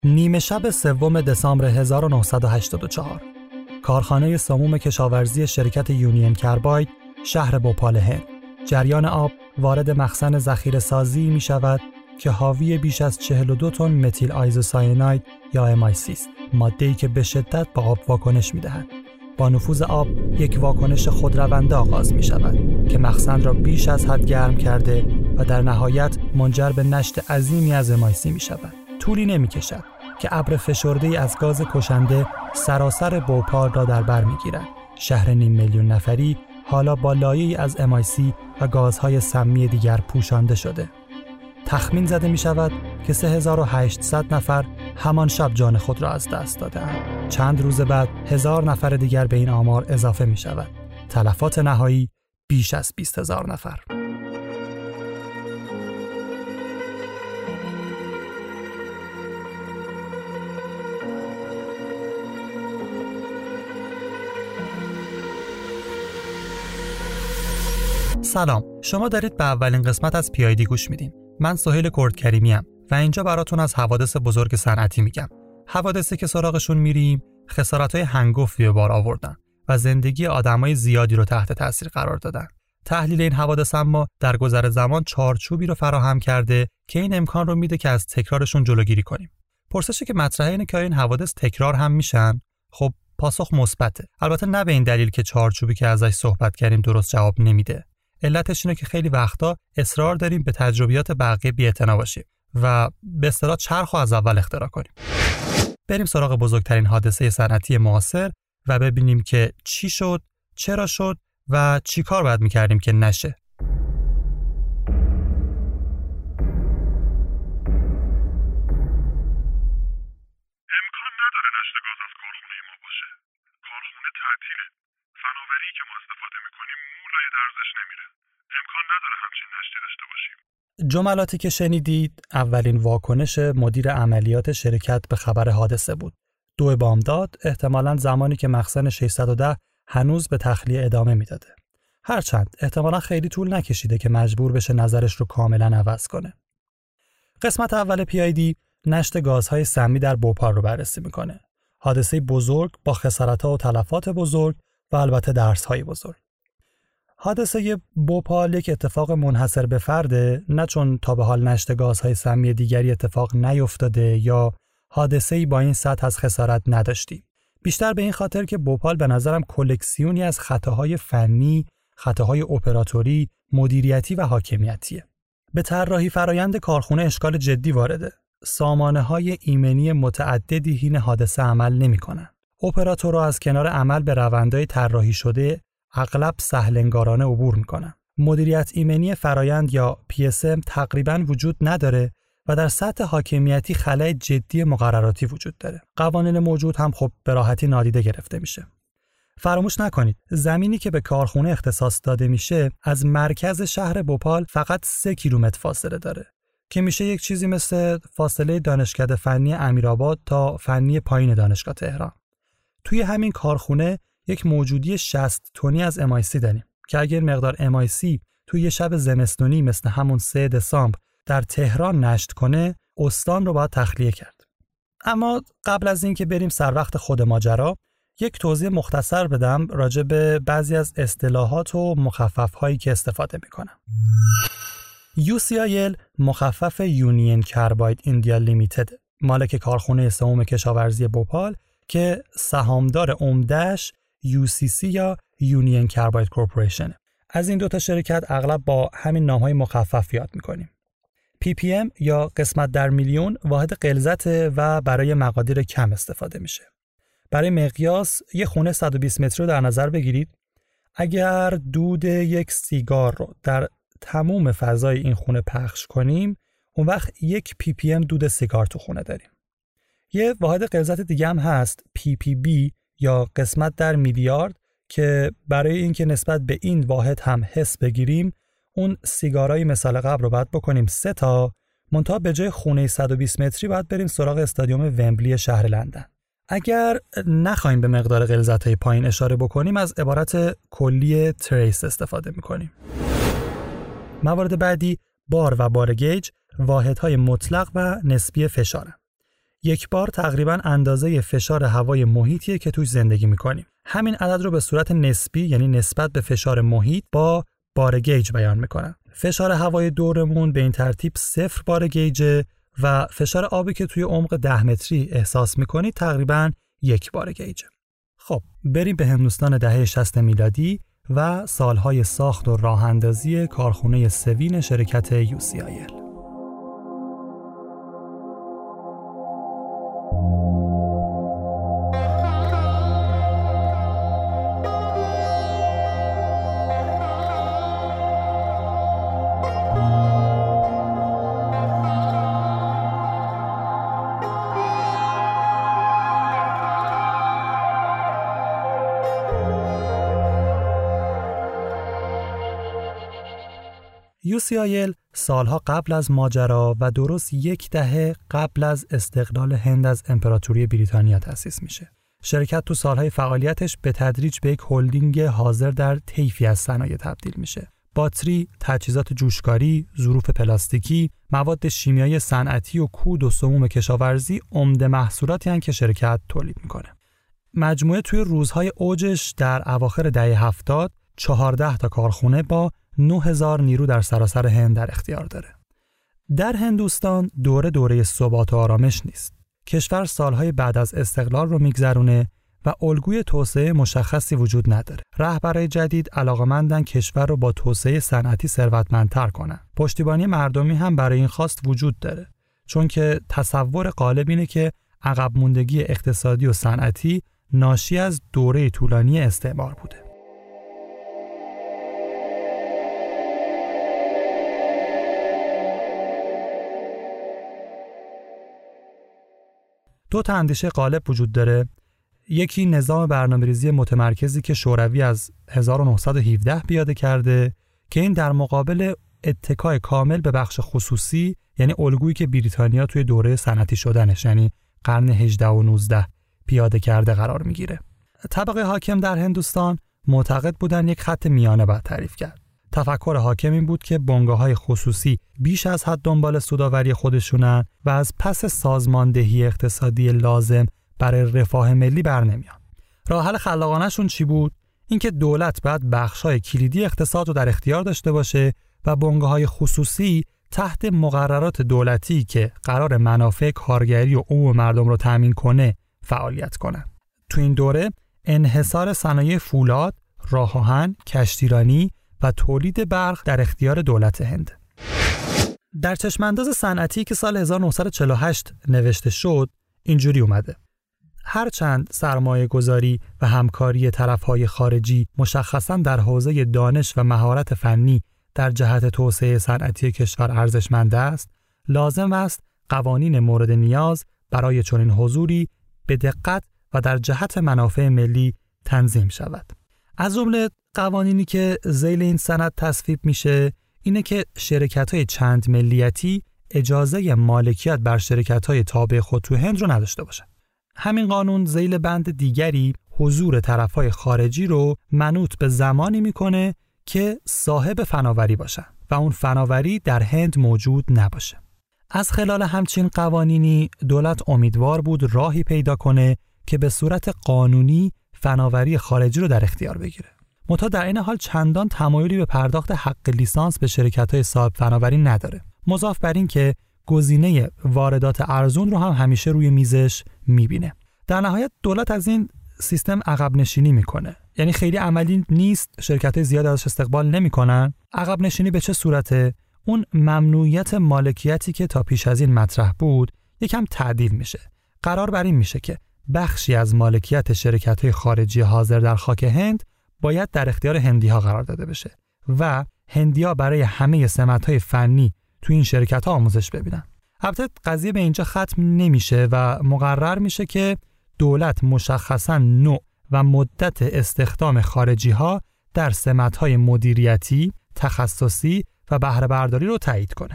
نیمه شب 3 دسامبر 1984 کارخانه سموم کشاورزی شرکت یونین کرباید شهر بوپال هند. جریان آب وارد مخزن ذخیره‌سازی می شود که حاوی بیش از 42 تن متیل آیزوسایناید یا MIC است، ماده‌ای که به شدت با آب واکنش می دهد. با نفوذ آب یک واکنش خودرونده آغاز می شود که مخزن را بیش از حد گرم کرده و در نهایت منجر به نشت عظیمی از MIC می شود. طولی نمی کشد که ابر فشرده‌ای از گاز کشنده سراسر بوپال را در بر می گیرد. شهر 500,000 نفری حالا با لایه‌ای از MIC و گازهای سمی دیگر پوشانده شده. تخمین زده می شود که 3800 نفر همان شب جان خود را از دست دادند. چند روز بعد 1000 نفر دیگر به این آمار اضافه می شود. تلفات نهایی بیش از 20,000 نفر. سلام، شما دارید به اولین قسمت از PID گوش میدین. من سهیل کردکریمی ام و اینجا براتون از حوادث بزرگ صنعتی میگم. حوادثی که سراغشون میریم خسارت‌های هنگفتی به بار آوردن و زندگی آدمای زیادی رو تحت تاثیر قرار دادن. تحلیل این حوادث اما در گذر زمان چارچوبی رو فراهم کرده که این امکان رو میده که از تکرارشون جلوگیری کنیم. پرسشی که مطرحه اینه که این حوادث تکرار هم میشن؟ خب پاسخ مثبته. البته نه به این دلیل که چارچوبی که ازش صحبت کردیم درست جواب نمیده. علتش اینه که خیلی وقتا اصرار داریم به تجربیات بقیه بی‌اعتنا باشیم و به اصطلاح چرخو از اول اختراع کنیم. بریم سراغ بزرگترین حادثه صنعتی معاصر و ببینیم که چی شد، چرا شد و چی کار باید میکردیم که نشه. امکان نداره نشت گاز از کارخونه ما باشه. کارخونه تعطیله. فناوری که ما استفاده میکنیم مولای درزش نمیره. امکان نداره همچین نشتی داشته باشیم. جملاتی که شنیدید اولین واکنش مدیر عملیات شرکت به خبر حادثه بود. 2 بامداد، احتمالاً زمانی که مخزن 610 هنوز به تخلیه ادامه میداده. هرچند احتمالاً خیلی طول نکشیده که مجبور بشه نظرش رو کاملاً عوض کنه. قسمت اول PID نشت گازهای سمی در بوپال رو بررسی میکنه. حادثه بزرگ با خسارت‌ها و تلفات بزرگ و البته درس‌های بزرگ. حادثه بوپال یک اتفاق منحصر به فرده، نه چون تا به حال نشت گازهای سمی دیگری اتفاق نیفتاده یا حادثه‌ای با این سطح از خسارت نداشتیم. بیشتر به این خاطر که بوپال به نظرم کلکسیونی از خطاهای فنی، خطاهای اپراتوری، مدیریتی و حاکمیتیه. به طراحی فرایند کارخونه اشکال جدی وارده. سامانه‌های ایمنی متعددی حین حادثه عمل نمی‌کنن. اپراتورها از کنار عمل به روندهای طراحی شده اغلب سهل‌انگارانه عبور میکنن. مدیریت ایمنی فرایند یا PSM تقریباً وجود نداره و در سطح حاکمیتی خلأ جدی مقرراتی وجود داره. قوانین موجود هم خب به راحتی نادیده گرفته میشه. فراموش نکنید زمینی که به کارخونه اختصاص داده میشه از مرکز شهر بوپال فقط 3 کیلومتر فاصله داره که میشه یک چیزی مثل فاصله دانشکده فنی امیرآباد تا فنی پایین دانشگاه تهران. توی همین کارخونه یک موجودی 60 تنی از MIC داریم که اگر مقدار MIC توی یه شب زمستونی مثل همون 3 دسامبر در تهران نشت کنه، استان رو باید تخلیه کرد. اما قبل از این که بریم سر وقت خود ماجرا، یک توضیح مختصر بدم راجع به بعضی از اصطلاحات و مخفف‌هایی که استفاده میکنم. UCIL مخفف یونین کرباید ایندیا لیمیتد، مالک کارخونه سموم کشاورزی بوپال که سهامدار عمده‌اش UCC یا یونین کرباید کورپوریشن. از این 2 شرکت اغلب با همین نام‌های مخفف یاد می‌کنیم. PPM یا قسمت در میلیون واحد غلظت و برای مقادیر کم استفاده میشه. برای مقیاس یه خونه 120 متری رو در نظر بگیرید. اگر دود یک سیگار رو در تمام فضای این خونه پخش کنیم، اون وقت 1 PPM دود سیگار تو خونه داریم. یه واحد غلظت دیگه هم هست PPB یا قسمت در میلیارد که برای اینکه نسبت به این واحد هم حس بگیریم اون سیگارای مثال قبل رو باید بکنیم 3 تا، منتها به جای خونه 120 متری باید بریم سراغ استادیوم ومبلی شهر لندن. اگر نخوایم به مقدار غلظت‌های پایین اشاره بکنیم از عبارت کلی تریس استفاده می‌کنیم. موارد بعدی بار و بار گیج واحدهای مطلق و نسبی فشارن. یک بار تقریباً اندازه فشار هوای محیطیه که توش زندگی می‌کنیم. همین عدد رو به صورت نسبی، یعنی نسبت به فشار محیط، با بار گیج بیان می‌کنن. فشار هوای دورمون به این ترتیب 0 بار گیجه و فشار آبی که توی عمق 10 متری احساس می‌کنید تقریباً 1 بار گیجه. خب بریم به هندوستان دهه 60 میلادی و سالهای ساخت و راه‌اندازی کارخونه سوین شرکت UCIL. UCIL سالها قبل از ماجرا و درست 10 دهه قبل از استقلال هند از امپراتوری بریتانیا تأسیس میشه. شرکت تو سالهای فعالیتش به تدریج به یک هلدینگ حاضر در طیفی از صنایع تبدیل میشه. باتری، تجهیزات جوشکاری، ظروف پلاستیکی، مواد شیمیایی صنعتی و کود و سموم کشاورزی عمده محصولاتی هستند که شرکت تولید میکنه. مجموعه توی روزهای اوجش در اواخر دهه 70 14 تا کارخونه با 9000 نیرو در سراسر هند در اختیار داره. در هندوستان دوره ثبات و آرامش نیست. کشور سالهای بعد از استقلال رو میگذرونه و الگوی توسعه مشخصی وجود نداره. رهبرای جدید علاقه‌مندن کشور رو با توسعه صنعتی ثروتمندتر کنن. پشتیبانی مردمی هم برای این خواست وجود داره. چون که تصور غالب اینه که عقب موندگی اقتصادی و صنعتی ناشی از دوره طولانی استعمار بوده. دو تا اندیشه غالب وجود داره. یکی نظام برنامه‌ریزی متمرکزی که شوروی از 1917 پیاده کرده که این در مقابل اتکای کامل به بخش خصوصی، یعنی الگویی که بریتانیا توی دوره صنعتی شدنش، یعنی قرن 18 و 19 پیاده کرده قرار میگیره. طبقه حاکم در هندوستان معتقد بودن یک خط میانه باید تعریف کرد. تفکر حاکم این بود که بنگاه‌های خصوصی بیش از حد دنبال سودآوری خودشونن و از پس سازماندهی اقتصادی لازم برای رفاه ملی برنمیان. راه حل خلاقانه‌شون چی بود؟ اینکه دولت باید بخش‌های کلیدی اقتصاد رو در اختیار داشته باشه و بنگاه‌های خصوصی تحت مقررات دولتی که قرار منافع کارگری و عموم مردم رو تامین کنه فعالیت کنن. تو این دوره انحصار صنایع فولاد، راه آهن، کشتیرانی و تولید برق در اختیار دولت هند. در چشمانداز صنعتی که سال 1948 نوشته شد اینجوری اومده: هرچند سرمایه گذاری و همکاری طرفهای خارجی مشخصاً در حوزه دانش و مهارت فنی در جهت توسعه صنعتی کشور ارزشمند است، لازم است قوانین مورد نیاز برای چنین حضوری به دقت و در جهت منافع ملی تنظیم شود. از جمله قوانینی که ذیل این سند تصویب میشه اینه که شرکت‌های چند ملیتی اجازه مالکیت بر شرکت‌های تابع خود تو هند رو نداشته باشن. همین قانون ذیل بند دیگری حضور طرف‌های خارجی رو منوط به زمانی میکنه که صاحب فناوری باشن و اون فناوری در هند موجود نباشه. از خلال همچین قوانینی دولت امیدوار بود راهی پیدا کنه که به صورت قانونی فناوری خارجی رو در اختیار بگیره. منتها در این حال چندان تمایلی به پرداخت حق لیسانس به شرکت‌های صاحب فناوری نداره. مضاف بر این که گزینه واردات ارزون رو هم همیشه روی میزش میبینه. در نهایت دولت از این سیستم عقب نشینی میکنه. یعنی خیلی عملی نیست، شرکت‌های زیاد ازش استقبال نمیکنن. عقب نشینی به چه صورته؟ اون ممنوعیت مالکیتی که تا پیش از این مطرح بود یکم تعدیل میشه. قرار بر این میشه که بخشی از مالکیت شرکت‌های خارجی حاضر در خاک هند باید در اختیار هندی‌ها قرار داده بشه و هندی‌ها برای همه سمت‌های فنی تو این شرکت‌ها آموزش ببینن. البته قضیه به اینجا ختم نمیشه و مقرر میشه که دولت مشخصاً نوع و مدت استخدام خارجی‌ها در سمت‌های مدیریتی، تخصصی و بهره برداری رو تایید کنه.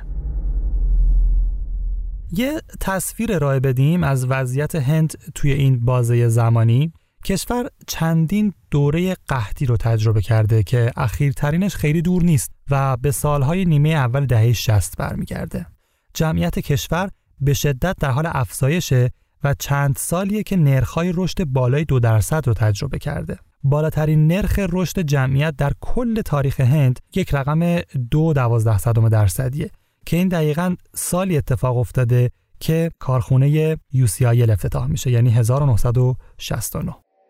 یه تصویر ارائه بدیم از وضعیت هند توی این بازه زمانی. کشور چندین دوره قحطی رو تجربه کرده که اخیرترینش خیلی دور نیست و به سالهای نیمه اول دهه 60 برمیگرده. جمعیت کشور به شدت در حال افزایشه و چند سالیه که نرخ‌های رشد بالای 2% رو تجربه کرده. بالاترین نرخ رشد جمعیت در کل تاریخ هند یک رقم 2.12% که این دقیقاً سالی اتفاق افتاده که کارخونه UCIL افتتاح میشه، یعنی 1969.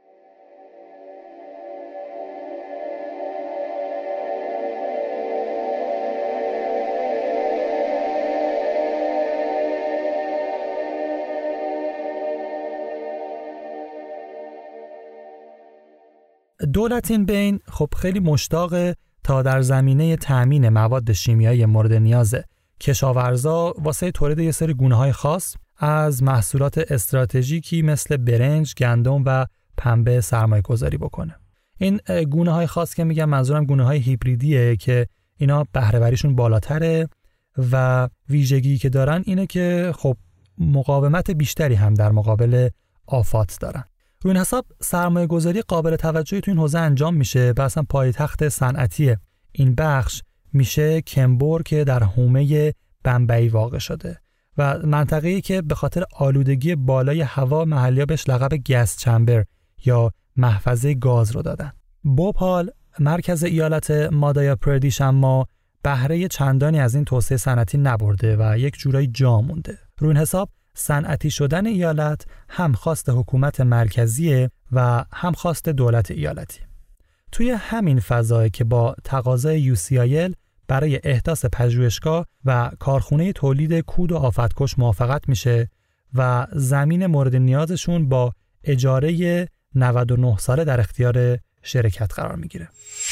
دولت این بین خب خیلی مشتاق تا در زمینه تأمین مواد شیمیایی مورد نیاز کشاورزا واسه تولید یه سری گونه‌های خاص از محصولات استراتژیکی مثل برنج، گندم و پنبه سرمایه‌گذاری بکنه. این گونه‌های خاص که میگم منظورم گونه‌های هیبریدیه که اینا بهره‌وریشون بالاتره و ویژگی که دارن اینه که خب مقاومت بیشتری هم در مقابل آفات دارن. روی این حساب سرمایه‌گذاری قابل توجهی تو این حوزه انجام میشه و اصلا پایتخت صنعتی این بخش میشه کمبور که در حومه بمبئی واقع شده و منطقه‌ای که به خاطر آلودگی بالای هوا محلی‌ها بهش لقب گس چمبر یا محفظه گاز رو دادن. بوپال مرکز ایالت مادیا پردیش اما بهره چندانی از این توسعه صنعتی نبرده و یک جورایی جا مونده. روی این حساب صنعتی شدن ایالت هم خواست حکومت مرکزیه و هم خواست دولت ایالتی. توی همین فضایی که با تقاضای UCIL برای احداث پژوهشگاه و کارخونه تولید کود و آفتکش موافقت میشه و زمین مورد نیازشون با اجاره 99 ساله در اختیار شرکت قرار میگیره.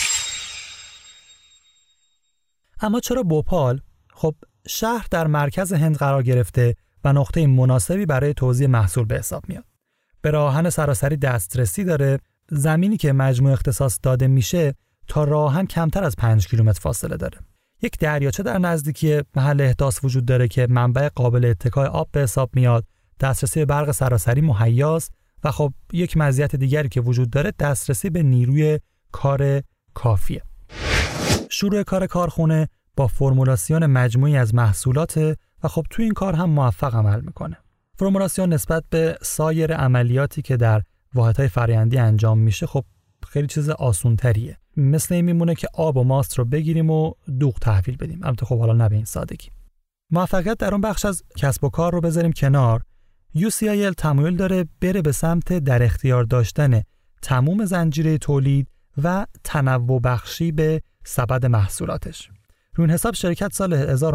اما چرا بوپال؟ خب شهر در مرکز هند قرار گرفته و نقطه مناسبی برای توزیع محصول به حساب میاد. به راهن سراسری دسترسی داره. زمینی که مجموع اختصاص داده میشه تا راهن کمتر از 5 کیلومتر فاصله داره. یک دریاچه در نزدیکی محل احداث وجود داره که منبع قابل اتکای آب به حساب میاد. دسترسی به برق سراسری مهیاست و خب یک مزیت دیگری که وجود داره دسترسی به نیروی کار کافیه. شروع کار کارخونه با فرمولاسیون مجموعی از محصولات و خب توی این کار هم موفق عمل میکنه. فرمولاسیون نسبت به سایر عملیاتی که در واحدهای فرآیندی انجام میشه خب خیلی چیز آسونتریه. مثل این میمونه که آب و ماست رو بگیریم و دوغ تحویل بدیم. البته خب حالا نه به این سادگی. موفقیت در اون بخش از کسب و کار رو بذاریم کنار. UCIL تمایل داره بره به سمت در اختیار داشتن تمام زنجیره تولید و تنوع بخشی به سبد محصولاتش. روی این حساب شرکت سال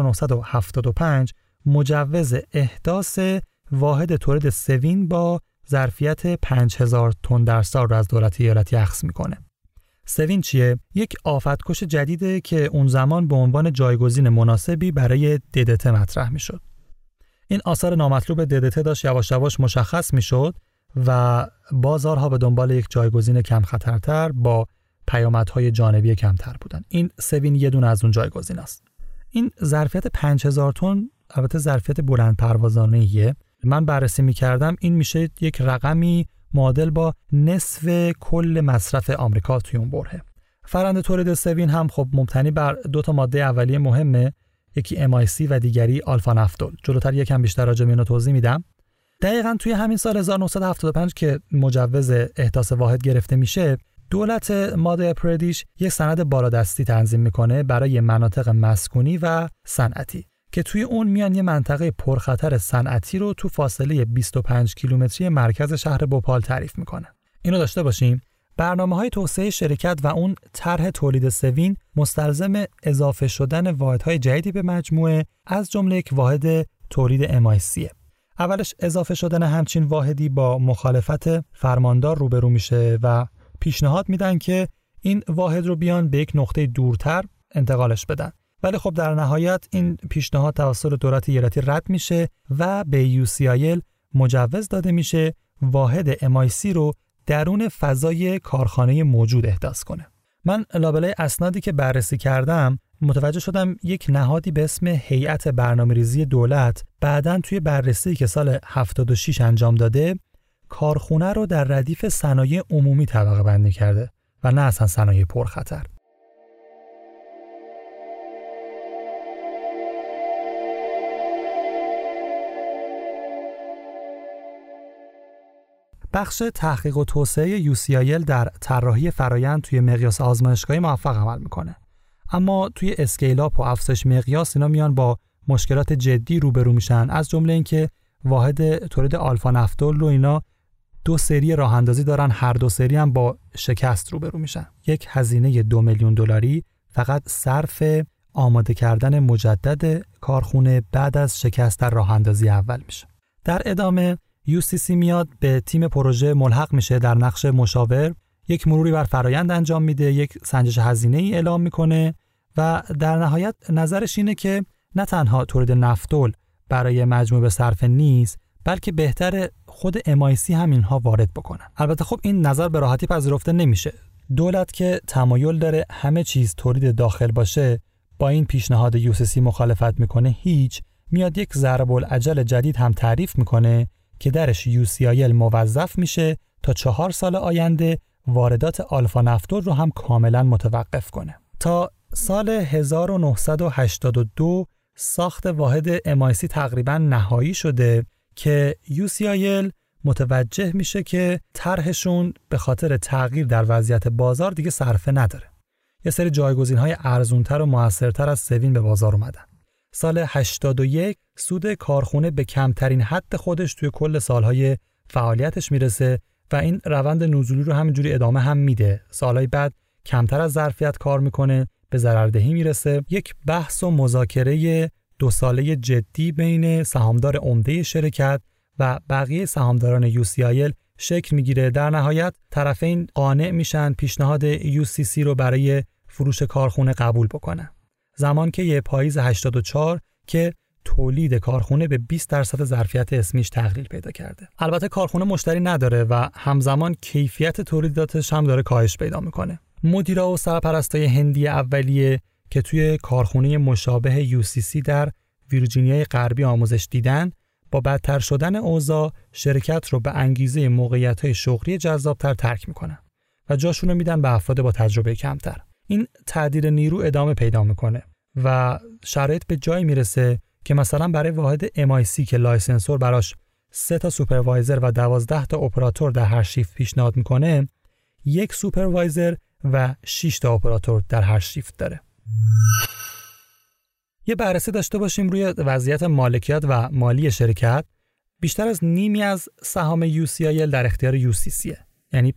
1975 مجوز احداث واحد تولید سوین با ظرفیت 5000 تن در سال رو از دولت ایالتی اخذ میکنه. سوین چیه؟ یک آفتکش جدیده که اون زمان به عنوان جایگزین مناسبی برای DDT مطرح میشد. این آثار نامطلوب DDT داشت یواش یواش مشخص میشد و بازارها به دنبال یک جایگزین کم خطرتر با پیامدهای جانبی کمتر بودن. این سوین یه دونه از اون جایگزین است. این ظرفیت 5000 تن البته ظرفیت بلند پروازانه‌ایه. من بررسی می‌کردم این میشه یک رقمی معادل با نصف کل مصرف آمریکا توی اون بره. فرآیند تولید سوین هم خب مبتنی بر دو تا ماده اولیه مهمه، یکی MIC و دیگری آلفا نفتول. جلوتر یکم بیشتر راجع به اینو توضیح میدم. دقیقاً توی همین سال 1975 که مجوز احداث واحد گرفته میشه، دولت مادیا پردیش یک سند بالادستی تنظیم میکنه برای مناطق مسکونی و صنعتی که توی اون میان یه منطقه پرخطر صنعتی رو تو فاصله 25 کیلومتری مرکز شهر بوپال تعریف میکنه. اینو داشته باشیم. برنامه‌های توسعه شرکت و اون طرح تولید سوین مستلزم اضافه شدن واحدهای جدیدی به مجموعه از جمله یک واحد تولید MIC. اولش اضافه شدن همچین واحدی با مخالفت فرماندار روبرو میشه و پیشنهاد میدن که این واحد رو بیان به یک نقطه دورتر انتقالش بدن. ولی خب در نهایت این پیشنهاد توسط دولت ایالتی رد میشه و به UCIL مجوز داده میشه واحد MIC رو درون فضای کارخانه موجود احداث کنه. من لابلای اسنادی که بررسی کردم متوجه شدم یک نهادی به اسم هیئت برنامه‌ریزی دولت بعداً توی بررسی که سال 76 انجام داده کارخونه رو در ردیف صنایع عمومی طبقه بندی کرده و نه اصلا صنایع پرخطر. بخش تحقیق و توسعه UCIL در طراحی فرایند توی مقیاس آزمایشگاهی موفق عمل میکنه. اما توی اسکیل اپ و افزایش مقیاس اینا میان با مشکلات جدی روبرو میشن، از جمله اینکه واحد تولید آلفا نفتول رو اینا 2 سری راه اندازی دارن، هر 2 سری هم با شکست روبرو میشن. یک هزینه $2 میلیون فقط صرف آماده کردن مجدد کارخونه بعد از شکست در راه اندازی اول میشه. در ادامه UCC میاد به تیم پروژه ملحق میشه در نقش مشاور، یک مروری بر فرایند انجام میده، یک سنجش هزینه‌ای اعلام میکنه و در نهایت نظرش اینه که نه تنها تولید نفتول برای مجموعه به صرفه نیست، بلکه بهتر خود MIC هم اینها وارد بکنن. البته خب این نظر به راحتی پذیرفته نمیشه. دولت که تمایل داره همه چیز تولید داخل باشه با این پیشنهاد UCC مخالفت میکنه. هیچ میاد یک ضرب العجل جدید هم تعریف میکنه که درش UCIL موظف میشه تا 4 سال آینده واردات آلفا نفتول رو هم کاملا متوقف کنه. تا سال 1982 ساخت واحد MIC تقریبا نهایی شده که UCIL متوجه میشه که طرحشون به خاطر تغییر در وضعیت بازار دیگه صرفه نداره. یه سری جایگزین‌های ارزونتر و موثرتر از سوین به بازار اومدن. سال 81 سود کارخونه به کمترین حد خودش توی کل سالهای فعالیتش میرسه و این روند نزولی رو همینجوری ادامه هم میده. سالهای بعد کمتر از ظرفیت کار میکنه، به ضرردهی میرسه. یک بحث و مذاکره 2 ساله جدی بین سهامدار عمده شرکت و بقیه سهامداران UCIL شکل میگیره. در نهایت طرفین قانع میشن پیشنهاد UCC رو برای فروش کارخونه قبول بکنن. زمان که یه پاییز 84 که تولید کارخونه به 20% ظرفیت اسمیش تقلیل پیدا کرده. البته کارخونه مشتری نداره و همزمان کیفیت تولیداتش هم داره کاهش پیدا میکنه. مدیرا و سرپرستای هندی اولیه که توی کارخونه مشابه UCC در ویرجینیای غربی آموزش دیدن، با بدتر شدن اوضاع شرکت رو به انگیزه موقعیت‌های شغلی جذاب‌تر ترک میکنن و جاشون رو میدن به افراد با تجربه کمتر. این تعدیل نیرو ادامه پیدا میکنه و شرایط به جایی میرسه که مثلا برای واحد MIC که لایسنسور براش 3 تا سوپروایزر و 12 تا اپراتور در هر شیفت پیشنهاد میکنه، 1 سوپروایزر و 6 تا اپراتور در هر شیفت داره. یه بررسی داشته باشیم روی وضعیت مالکیت و مالی شرکت. بیشتر از نیمی از سهام UCIL در اختیار UCC، یعنی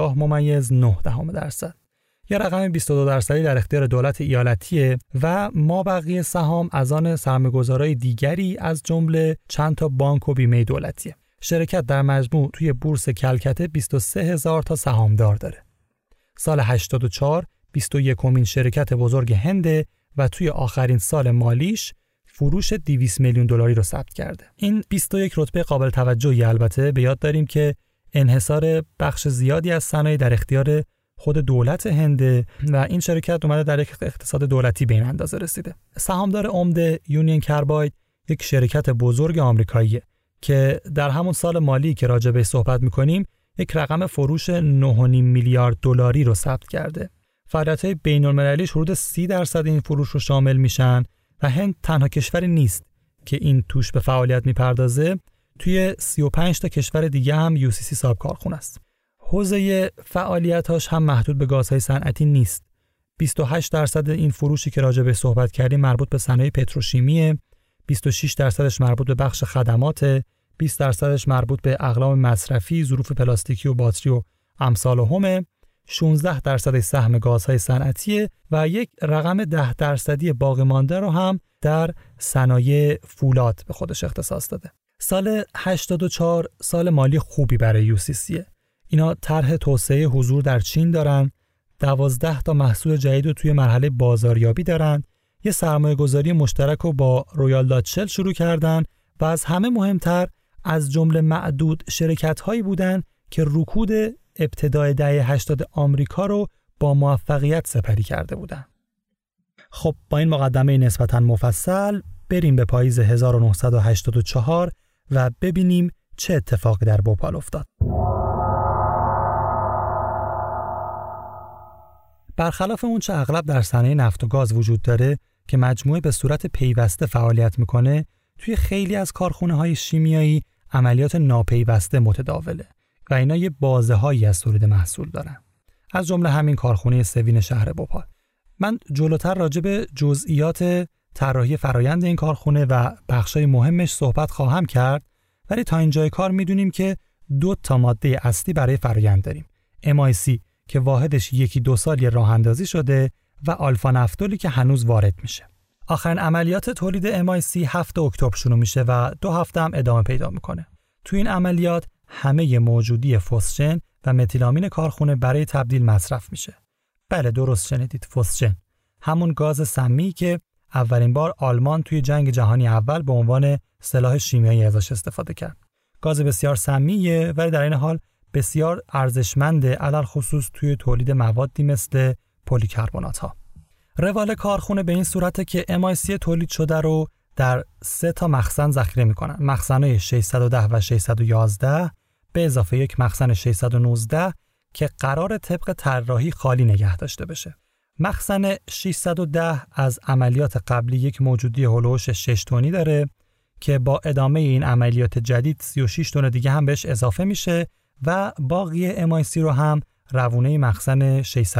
50.9%. یه رقم 22% در اختیار دولت ایالتیه و مابقی سهام از آن سرمایه‌گذارای دیگری از جمله چند تا بانک و بیمه دولتیه. شرکت در مجموع توی بورس کلکته 23,000 تا سهامدار داره. سال 84 21مین شرکت بزرگ هنده و توی آخرین سال مالیش فروش $200 میلیون رو ثبت کرده. این 21 رتبه قابل توجهی. البته به یاد داریم که انحصار بخش زیادی از صنایع در اختیار خود دولت هنده و این شرکت اومده در یک اقتصاد دولتی به این اندازه رسیده. سهامدار عمده یونین کرباید یک شرکت بزرگ آمریکاییه که در همون سال مالی که راجع بهش صحبت می‌کنیم یک رقم فروش $9.5 میلیارد رو ثبت کرده. فعالیت‌های بین‌المللیش حدود 30% این فروش رو شامل میشن و هند تنها کشوری نیست که این توش به فعالیت میپردازه. توی 35 تا کشور دیگه هم UCC صاحب کارخونه است. حوزه فعالیتاش هم محدود به گازهای صنعتی نیست. 28% این فروشی که راجع به صحبت کردیم مربوط به صنایع پتروشیمیه، 26% مربوط به بخش خدمات، 20% مربوط به اقلام مصرفی، ظروف پلاستیکی و باتری و امثال هم، 16% سهم گازهای صنعتی و یک رقم 10% باقی مانده رو هم در صنایع فولاد به خودش اختصاص داده. سال 84 سال مالی خوبی برای UCC. اینا طرح توسعه حضور در چین دارن، 12 تا محصول جدید رو توی مرحله بازاریابی دارن، یه سرمایه گذاری مشترک رو با رویال داچ شل شروع کردن و از همه مهمتر از جمله معدود شرکت هایی بودن که رکود ابتدای دهه 80 آمریکا رو با موفقیت سپری کرده بودن. خب با این مقدمه نسبتاً مفصل بریم به پاییز 1984 و ببینیم چه اتفاقی در بوپال افتاد. برخلاف اون چه اغلب در صنایع نفت و گاز وجود داره که مجموعه به صورت پیوسته فعالیت میکنه، توی خیلی از کارخونه‌های شیمیایی عملیات ناپیوسته متداوله. و اینا یه بازه‌هایی از تولید محصول دارن. از جمله همین کارخونه سوین شهر بوپال. من جلوتر راجع به جزئیات طراحی فرایند این کارخونه و بخشای مهمش صحبت خواهم کرد، ولی تا اینجای کار میدونیم که 2 ماده اصلی برای فرایند داریم. MIC که واحدش 1-2 سالی راه اندازی شده و آلفا نفتولی که هنوز وارد میشه. آخرین عملیات تولید MIC 7 اکتبر شروع میشه و 2 هفته هم ادامه پیدا میکنه. تو این عملیات همه موجودی فسژن و متیلامین کارخونه برای تبدیل مصرف میشه. بله درست شنیدید، فسژن، همون گاز سمی که اولین بار آلمان توی جنگ جهانی اول به عنوان سلاح شیمیایی ازش استفاده کرد. گاز بسیار سمیه ولی در این حال بسیار ارزشمنده، علل خصوص توی تولید موادی مثل پلیکربنات ها. روال کارخونه به این صورته که MIC تولید شده رو در 3 مخزن ذخیره میکنن. مخزن‌های 610 و 611 به اضافه یک مخزن 619 که قرار طبق طراحی خالی نگه داشته بشه. مخزن 610 از عملیات قبلی یک موجودی هولوش 6 تنی داره که با ادامه این عملیات جدید 36 تن دیگه هم بهش اضافه میشه و باقی MIC رو هم روونه مخزن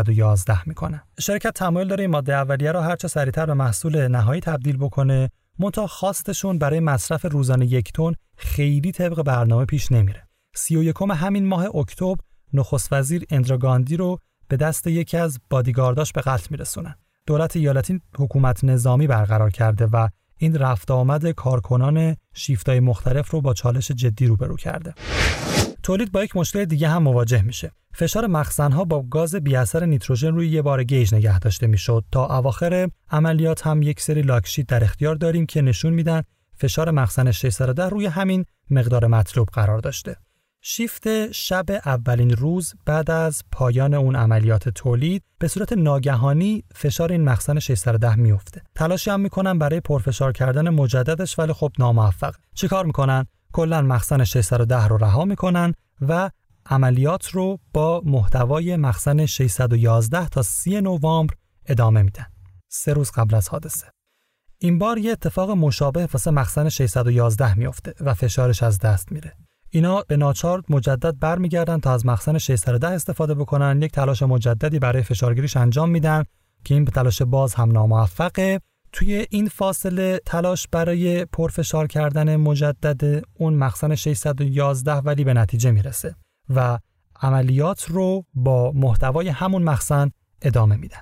611 میکنه. شرکت تمایل داره این ماده اولیه رو هرچه سریعتر به محصول نهایی تبدیل بکنه، منتها خواستشون برای مصرف روزانه 1 تن خیلی طبق برنامه پیش نمیره. 31 همین ماه اکتبر نخست وزیر اندرا گاندی رو به دست یکی از بادیگارداش به قتل میرسونن. دولت ایالتی حکومت نظامی برقرار کرده و این رفت آمد کارکنان شیفت‌های مختلف رو با چالش جدی روبرو کرده. تولید با یک مشکل دیگه هم مواجه میشه. فشار مخزن‌ها با گاز بی‌اثر نیتروژن روی یه بار گیج نگه داشته میشد. تا اواخر عملیات هم یک سری لاکشیت در اختیار داریم که نشون میدن فشار مخزن 610 روی همین مقدار مطلوب قرار داشته. شیفت شب اولین روز بعد از پایان اون عملیات تولید به صورت ناگهانی فشار این مخزن 610 میفته. تلاشی هم میکنن برای پرفشار کردن مجددش ولی خب ناموفق. چیکار میکنن؟ کلا مخزن 610 رو رها میکنن و عملیات رو با محتوای مخزن 611 تا 30 نوامبر ادامه میدن. 3 روز قبل از حادثه. این بار یه اتفاق مشابه واسه مخزن 611 میفته و فشارش از دست میره. اینا به ناچار مجدد برمیگردن تا از مخزن 610 استفاده بکنن. یک تلاش مجددی برای فشارگیریش انجام میدن که این تلاش باز هم ناموفقه. توی این فاصله تلاش برای پرفشار کردن مجدد اون مخزن 611 ولی به نتیجه میرسه و عملیات رو با محتوای همون مخزن ادامه میدن.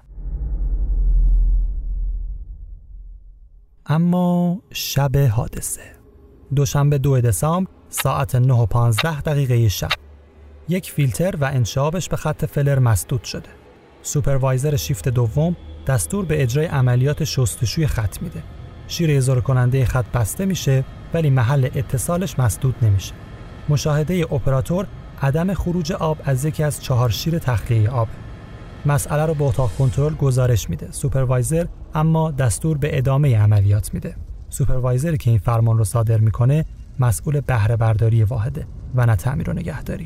اما شب حادثه، دوشنبه 2 دسامبر ساعت 9:15 شب، یک فیلتر و انشعابش به خط فلر مسدود شده. سوپروایزر شیفت دوم دستور به اجرای عملیات شستشوی خط میده. شیر اجاره کننده خط بسته میشه ولی محل اتصالش مسدود نمیشه. مشاهده اپراتور عدم خروج آب از یکی از 4 شیر تخلیه آب. مسئله رو به اتاق کنترل گزارش میده. سوپروایزر اما دستور به ادامه عملیات میده. سوپروایزری که این فرمان رو صادر میکنه مسئول بهره برداری واحده و نه تعمیر و نگهداری.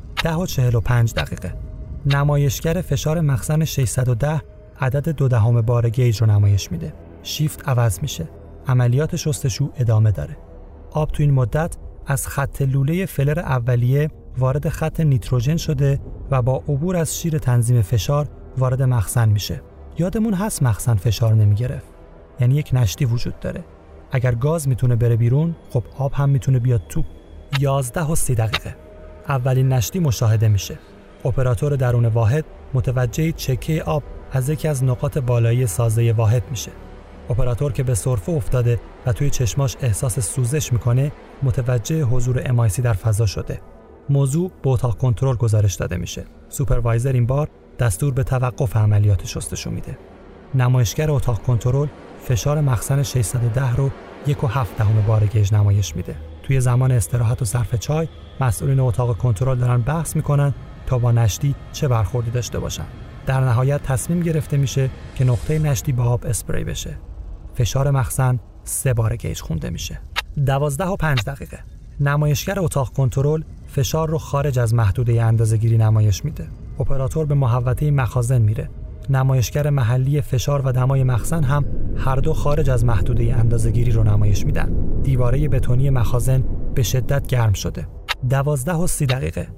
10:45 نمایشگر فشار مخزن 610 عدد 0.2 بار گیج رو نمایش میده. شیفت عوض میشه. عملیات شستشو ادامه داره. آب تو این مدت از خط لوله فلر اولیه وارد خط نیتروژن شده و با عبور از شیر تنظیم فشار وارد مخزن میشه. یادمون هست مخزن فشار نمیگرفت. یعنی یک نشتی وجود داره. اگر گاز میتونه بره بیرون، خب آب هم میتونه بیاد تو. 11:30 اولین نشتی مشاهده میشه. اپراتور درون واحد متوجه چکه آب از یکی از نقاط بالایی سازه واحد میشه. اپراتور که به سرفه افتاده و توی چشماش احساس سوزش میکنه، متوجه حضور MIC در فضا شده. موضوع به اتاق کنترل گزارش داده میشه. سوپروایزر این بار دستور به توقف عملیات شستشو میده. نمایشگر اتاق کنترل فشار مخزن 610 رو 1.7 بار گیج نمایش میده. توی زمان استراحت و صرف چای، مسئولین اتاق کنترل دارن بحث میکنن تا با نشتی چه برخوردی داشته باشن. در نهایت تصمیم گرفته میشه که نقطه نشتی با آب اسپری بشه. فشار مخزن 3 بار گیج خونده میشه. 12:05 نمایشگر اتاق کنترل فشار رو خارج از محدوده اندازه‌گیری نمایش میده. اپراتور به محوطه مخازن میره. نمایشگر محلی فشار و دمای مخزن هم هر دو خارج از محدوده اندازه‌گیری رو نمایش میدن. دیواره بتونی مخازن به شدت گرم شده. 12:30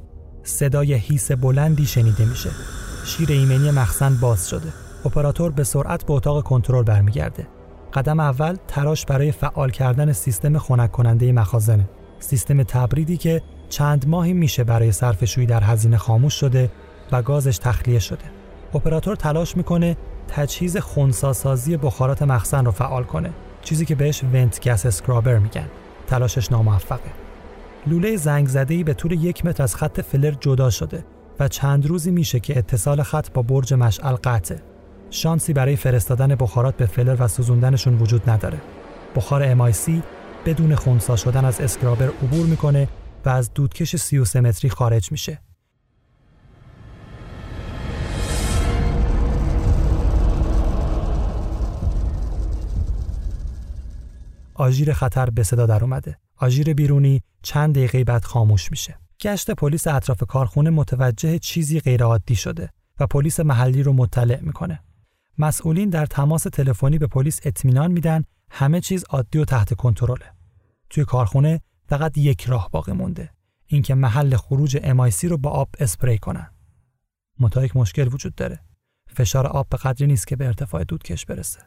صدای هیس بلندی شنیده میشه. شیر ایمنی مخزن باز شده. اپراتور به سرعت به اتاق کنترل برمیگرده. قدم اول تلاش برای فعال کردن سیستم خنک کننده مخازنه. سیستم تبریدی که چند ماهی میشه برای صرفه‌جویی در هزینه خاموش شده و گازش تخلیه شده. اپراتور تلاش میکنه تجهیز خنثی‌سازی بخارات مخزن رو فعال کنه، چیزی که بهش ونت گس اسکرابر میگن. تلاشش ناموفقه. لوله زنگ زده‌ای به طول 1 متر از خط فلر جدا شده و چند روزی میشه که اتصال خط با برج مشعل قطعه. شانسی برای فرستادن بخارات به فلر و سوزوندنشون وجود نداره. بخار MIC بدون خنثی شدن از اسکرابر عبور میکنه و از دودکش 33 متری خارج میشه. آژیر خطر به صدا در اومده. آژیر بیرونی چند دقیقه بعد خاموش میشه. گشت پلیس اطراف کارخونه متوجه چیزی غیرعادی شده و پلیس محلی رو مطلع میکنه. مسئولین در تماس تلفنی به پلیس اطمینان میدن همه چیز عادی و تحت کنترله. توی کارخونه فقط یک راه باقی مونده، اینکه محل خروج MIC رو با آب اسپری کنن. منتها یک مشکل وجود داره. فشار آب به قدری نیست که به ارتفاع دودکش برسه.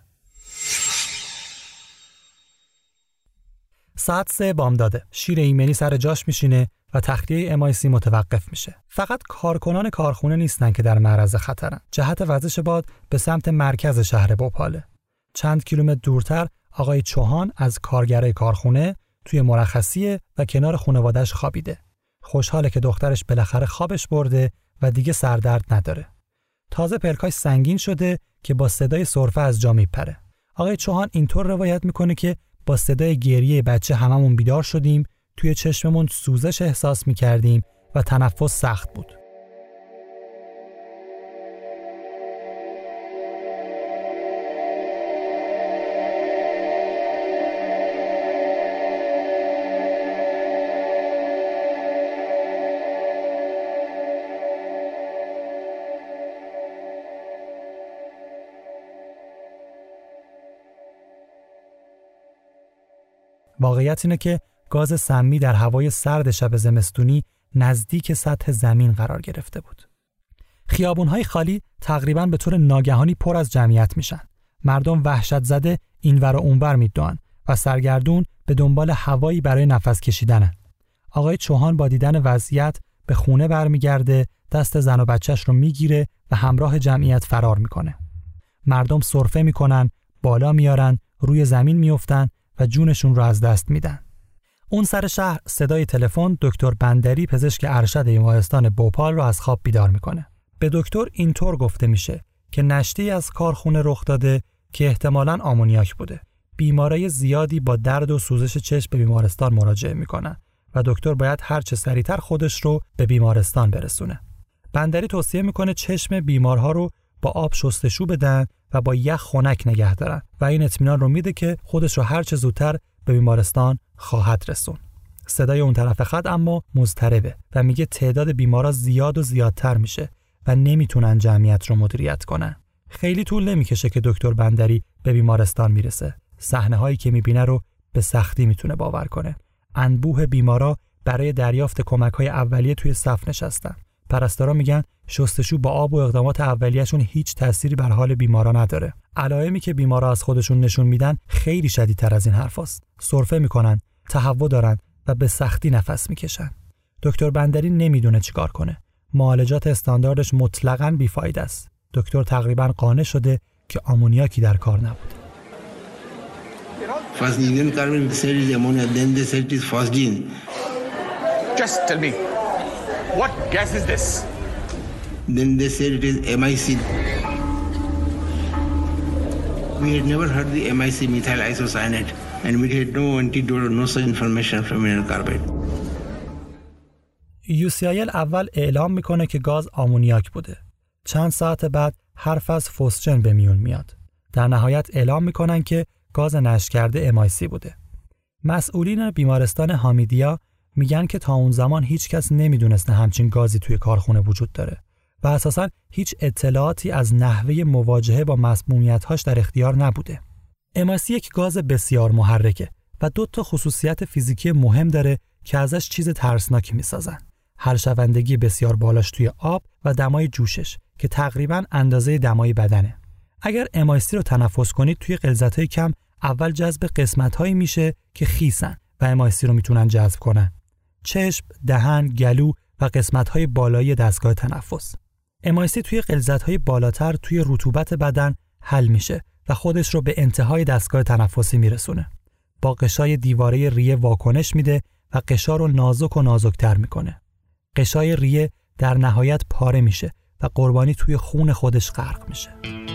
ساعت 3 بامداده. شیر ایمنی سر جاش میشینه و تخلیه MIC متوقف میشه. فقط کارکنان کارخونه نیستن که در معرض خطرن. جهت وزش باد به سمت مرکز شهر بوپاله. چند کیلومتر دورتر آقای چوهان از کارگرای کارخونه توی مرخصیه و کنار خانواده‌اش خوابیده. خوشحاله که دخترش بالاخره خوابش برده و دیگه سردرد نداره. تازه پلکاش سنگین شده که با صدای سرفه از جا میپره. آقای چوهان اینطور روایت میکنه که با صدای گریه بچه هممون بیدار شدیم، توی چشممون سوزش احساس میکردیم و تنفس سخت بود. واقعیت اینه که گاز سمی در هوای سرد شب زمستونی نزدیک سطح زمین قرار گرفته بود. خیابون‌های خالی تقریباً به طور ناگهانی پر از جمعیت میشن. مردم وحشت زده اینور و اونور میدوئن و سرگردون به دنبال هوایی برای نفس کشیدنن. آقای چوهان با دیدن وضعیت به خونه برمیگرده، دست زن و بچهش رو میگیره و همراه جمعیت فرار میکنه. مردم سرفه میکنن، بالا میارن، روی زمین میافتن و جونشون رو از دست میدن. اون سر شهر صدای تلفن دکتر بندری پزشک ارشد بیمارستان بوپال رو از خواب بیدار میکنه. به دکتر اینطور گفته میشه که نشتی از کارخونه رخ داده که احتمالاً آمونیاک بوده. بیمارای زیادی با درد و سوزش چشم به بیمارستان مراجعه میکنن و دکتر باید هر چه سریعتر خودش رو به بیمارستان برسونه. بندری توصیه میکنه چشم بیمارها رو با آب شستشو بدن و با یخ خنک نگه دارن و این اطمینان رو میده که خودش رو هر چه زودتر به بیمارستان خواهد رسون. صدای اون طرف خط اما مضطربه و میگه تعداد بیمارا زیاد و زیادتر میشه و نمیتونن جمعیت رو مدیریت کنن. خیلی طول نمیکشه که دکتر بندری به بیمارستان میرسه. صحنه‌هایی که میبینه رو به سختی میتونه باور کنه. انبوه بیمارا برای دریافت کمک‌های اولیه توی صف نشستن. پرستارا میگن شستشو با آب و اقدامات اولیه‌شون هیچ تأثیری بر حال بیمارا نداره. علائمی که بیمارا از خودشون نشون میدن خیلی شدیدتر از این حرفاست. سرفه میکنن، تهوع دارن و به سختی نفس میکشن. دکتر بندری نمیدونه چیکار کنه. معالجات استانداردش مطلقاً بیفایده است. دکتر تقریباً قانع شده که آمونیاکی در کار نبوده. Phosgene carbon, they said is ammonia, then they said it is phosgene. Just tell me, what gas is this? Then they said it is MIC. We had never heard the MIC, methyl isocyanate, and we had no antidote or no such information from mineral carbide. UCIL اول اعلام میکنه که گاز آمونیاک بوده. چند ساعت بعد حرف از فسجن به میون میاد. در نهایت اعلام میکنن که گاز نشت کرده MIC بوده. مسئولین بیمارستان حمیدیه میگن که تا اون زمان هیچ کس نمیدونسته همچین گازی توی کارخونه وجود داره و اساساً هیچ اطلاعاتی از نحوه مواجهه با مسمومیت‌هاش در اختیار نبوده. MIC یک گاز بسیار محرکه و 2 خصوصیت فیزیکی مهم داره که ازش چیز ترسناکی میسازن. حل‌شوندگی بسیار بالاش توی آب و دمای جوشش که تقریباً اندازه دمای بدنه. اگر MIC رو تنفس کنید توی غلظت‌های کم اول جذب قسمت‌هایی میشه که خیسن و MIC رو میتونن جذب کنن. چشم، دهن، گلو و قسمت‌های بالایی دستگاه تنفس. MIC توی غلظت‌های بالاتر توی رطوبت بدن حل میشه و خودش رو به انتهای دستگاه تنفسی میرسونه. با قشای دیواره ریه واکنش میده و قشا رو نازک و نازکتر میکنه. قشای ریه در نهایت پاره میشه و قربانی توی خون خودش غرق میشه.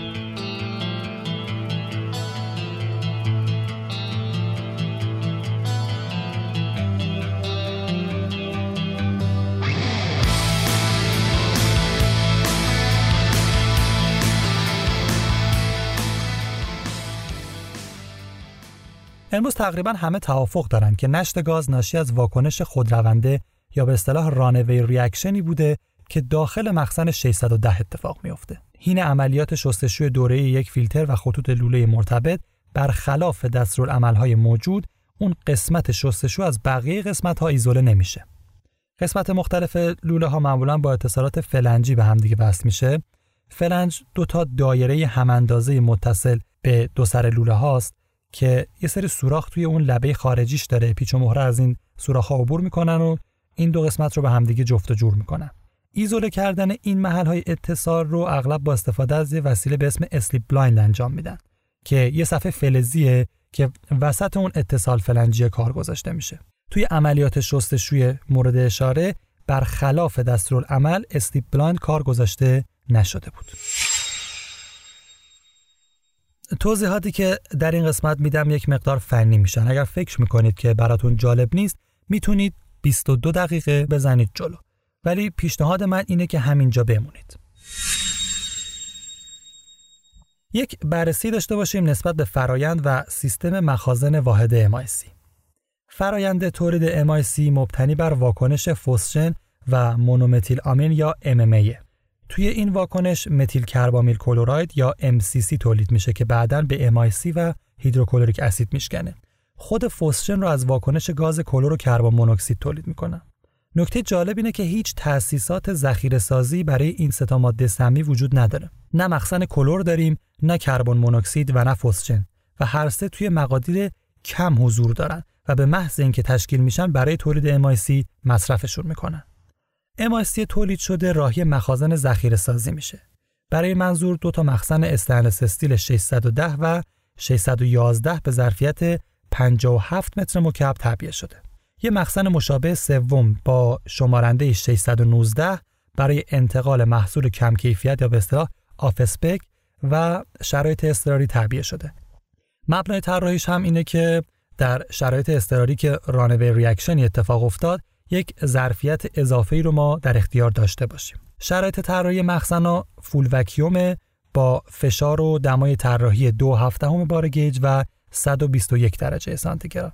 امروز تقریباً همه توافق دارن که نشت گاز ناشی از واکنش خودرونده یا به اصطلاح رانوی ریاکشنی بوده که داخل مخزن 610 اتفاق میفته. حین عملیات شستشوی دوره‌ای یک فیلتر و خطوط لوله مرتبط برخلاف دستورالعمل‌های موجود، اون قسمت شستشو از بقیه قسمت‌ها ایزوله نمیشه. قسمت مختلف لوله‌ها معمولاً با اتصالات فلنجی به هم دیگه وصل میشه. فلنج دو تا دایره هم اندازه متصل به دو سر لوله هاست که یه سری سوراخ توی اون لبه خارجیش داره. پیچ و مهره از این سوراخ‌ها عبور میکنن و این دو قسمت رو به همدیگه جفت و جور میکنن. ایزوله کردن این محل‌های اتصال رو اغلب با استفاده از یه وسیله به اسم اسلیپ بلایند انجام میدن که یه صفحه فلزیه که وسط اون اتصال فلنجی کار گذاشته میشه. توی عملیات شستشوی مورد اشاره برخلاف دستورالعمل اسلیپ بلایند کار گذاشته نشده بود. توضیحاتی که در این قسمت میدم یک مقدار فنی میشن. اگر فکر میکنید که براتون جالب نیست میتونید 22 دقیقه بزنید جلو، ولی پیشنهاد من اینه که همینجا بمونید. یک بررسی داشته باشیم نسبت به فرایند و سیستم مخازن واحد MIC. فرایند تولید MIC مبتنی بر واکنش فسفن و مونومتیل آمین یا MMA. توی این واکنش متیل کربامیل کلراید یا MCC تولید میشه که بعداً به MIC و هیدروکلوریک اسید میشکنه. خود فسفن رو از واکنش گاز کلور و کربن مونوکسید تولید میکنه. نکته جالب اینه که هیچ تأسیسات ذخیره‌سازی برای این سه تا ماده سمی وجود نداره. نه مخزن کلور داریم، نه کربن مونوکسید و نه فسفن و هر سه توی مقادیر کم حضور دارن و به محض اینکه تشکیل میشن برای تولید MIC مصرفشون میکنن. MIC تولید شده راهی مخازن ذخیره‌سازی میشه. برای منظور دو تا مخزن استنلس استیل 610 و 611 به ظرفیت 57 متر مکعب تعبیه شده. یه مخزن مشابه سوم با شمارنده 619 برای انتقال محصول کم کیفیت یا به اصطلاح آف اسپک و شرایط اضطراری تعبیه شده. مبنای طراحیش هم اینه که در شرایط اضطراری که رانوی ریاکشنی اتفاق افتاد یک ظرفیت اضافه‌ای رو ما در اختیار داشته باشیم. شرایط طراحی مخزن‌ها فول وکیوم با فشار و دمای طراحی 2/7 بار گیج و 121 درجه سانتیگراد.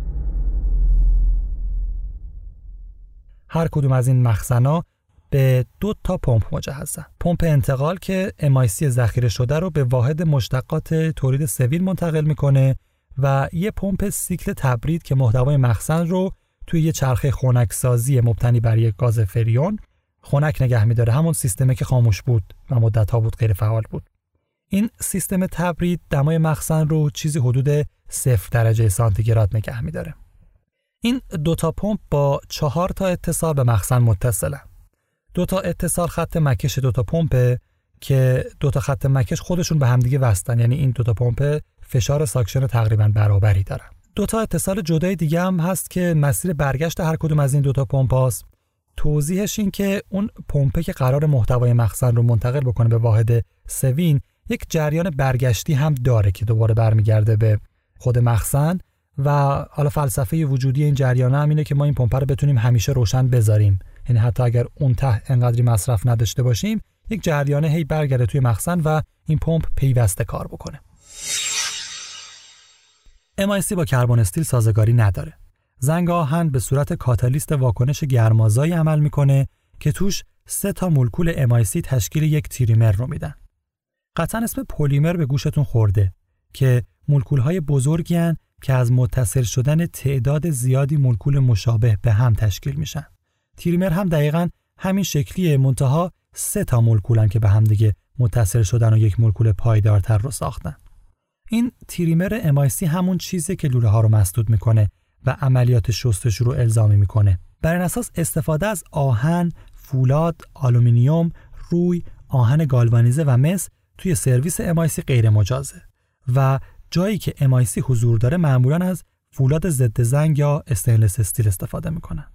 هر کدوم از این مخزن‌ها به 2 تا پمپ مجهزن. پمپ انتقال که MIC ذخیره شده رو به واحد مشتقات تولید سویل منتقل میکنه و یه پمپ سیکل تبرید که محتوای مخزن رو توی یه چرخه خنک‌سازی مبتنی بر یک گاز فریون خنک نگه می‌داره. همون سیستمی که خاموش بود و مدت‌ها بود غیر فعال بود. این سیستم تبرید دمای مخزن رو چیزی حدود 0 درجه سانتیگراد نگه می‌داره. این 2 تا پمپ با 4 تا اتصال به مخزن متصلن. 2 تا اتصال خط مکش 2 تا پمپ که 2 تا خط مکش خودشون به همدیگه وصلن، یعنی این 2 تا پمپ فشار ساکشن تقریباً برابری دارن. 2 تا اتصال جدای دیگه هم هست که مسیر برگشت هر کدوم از این 2 تا پمپ هاست. توضیحش این که اون پمپه که قرار محتوای مخزن رو منتقل بکنه به واحد سوین یک جریان برگشتی هم داره که دوباره برمیگرده به خود مخزن و حالا فلسفه وجودی این جریان هم اینه که ما این پمپ رو بتونیم همیشه روشن بذاریم، یعنی حتی اگر اون ته انقدری مصرف نداشته باشیم یک جریان هی برگرده توی مخزن و این پمپ پیوسته کار بکنه. MIC با کربن استیل سازگاری نداره. زنگ آهن به صورت کاتالیست واکنش گرمازایی عمل میکنه که توش 3 تا مولکول MIC تشکیل یک تریمر رو میدن. قطعا اسم پلیمر به گوشتون خورده که مولکول‌های بزرگی هن که از متصل شدن تعداد زیادی مولکول مشابه به هم تشکیل میشن. تریمر هم دقیقاً همین شکلیه، منتها 3 تا مولکولن که به هم دیگه متصل شدن و یک مولکول پایدارتر رو ساختن. این تریمر MIC همون چیزی که لوله ها رو مسدود میکنه و عملیات شستشو رو الزامی میکنه. بر این اساس استفاده از آهن، فولاد، آلومینیوم، روی، آهن گالوانیزه و مس توی سرویس MIC غیر مجازه و جایی که MIC حضور داره معمولاً از فولاد ضد زنگ یا استینلس استیل استفاده میکنن.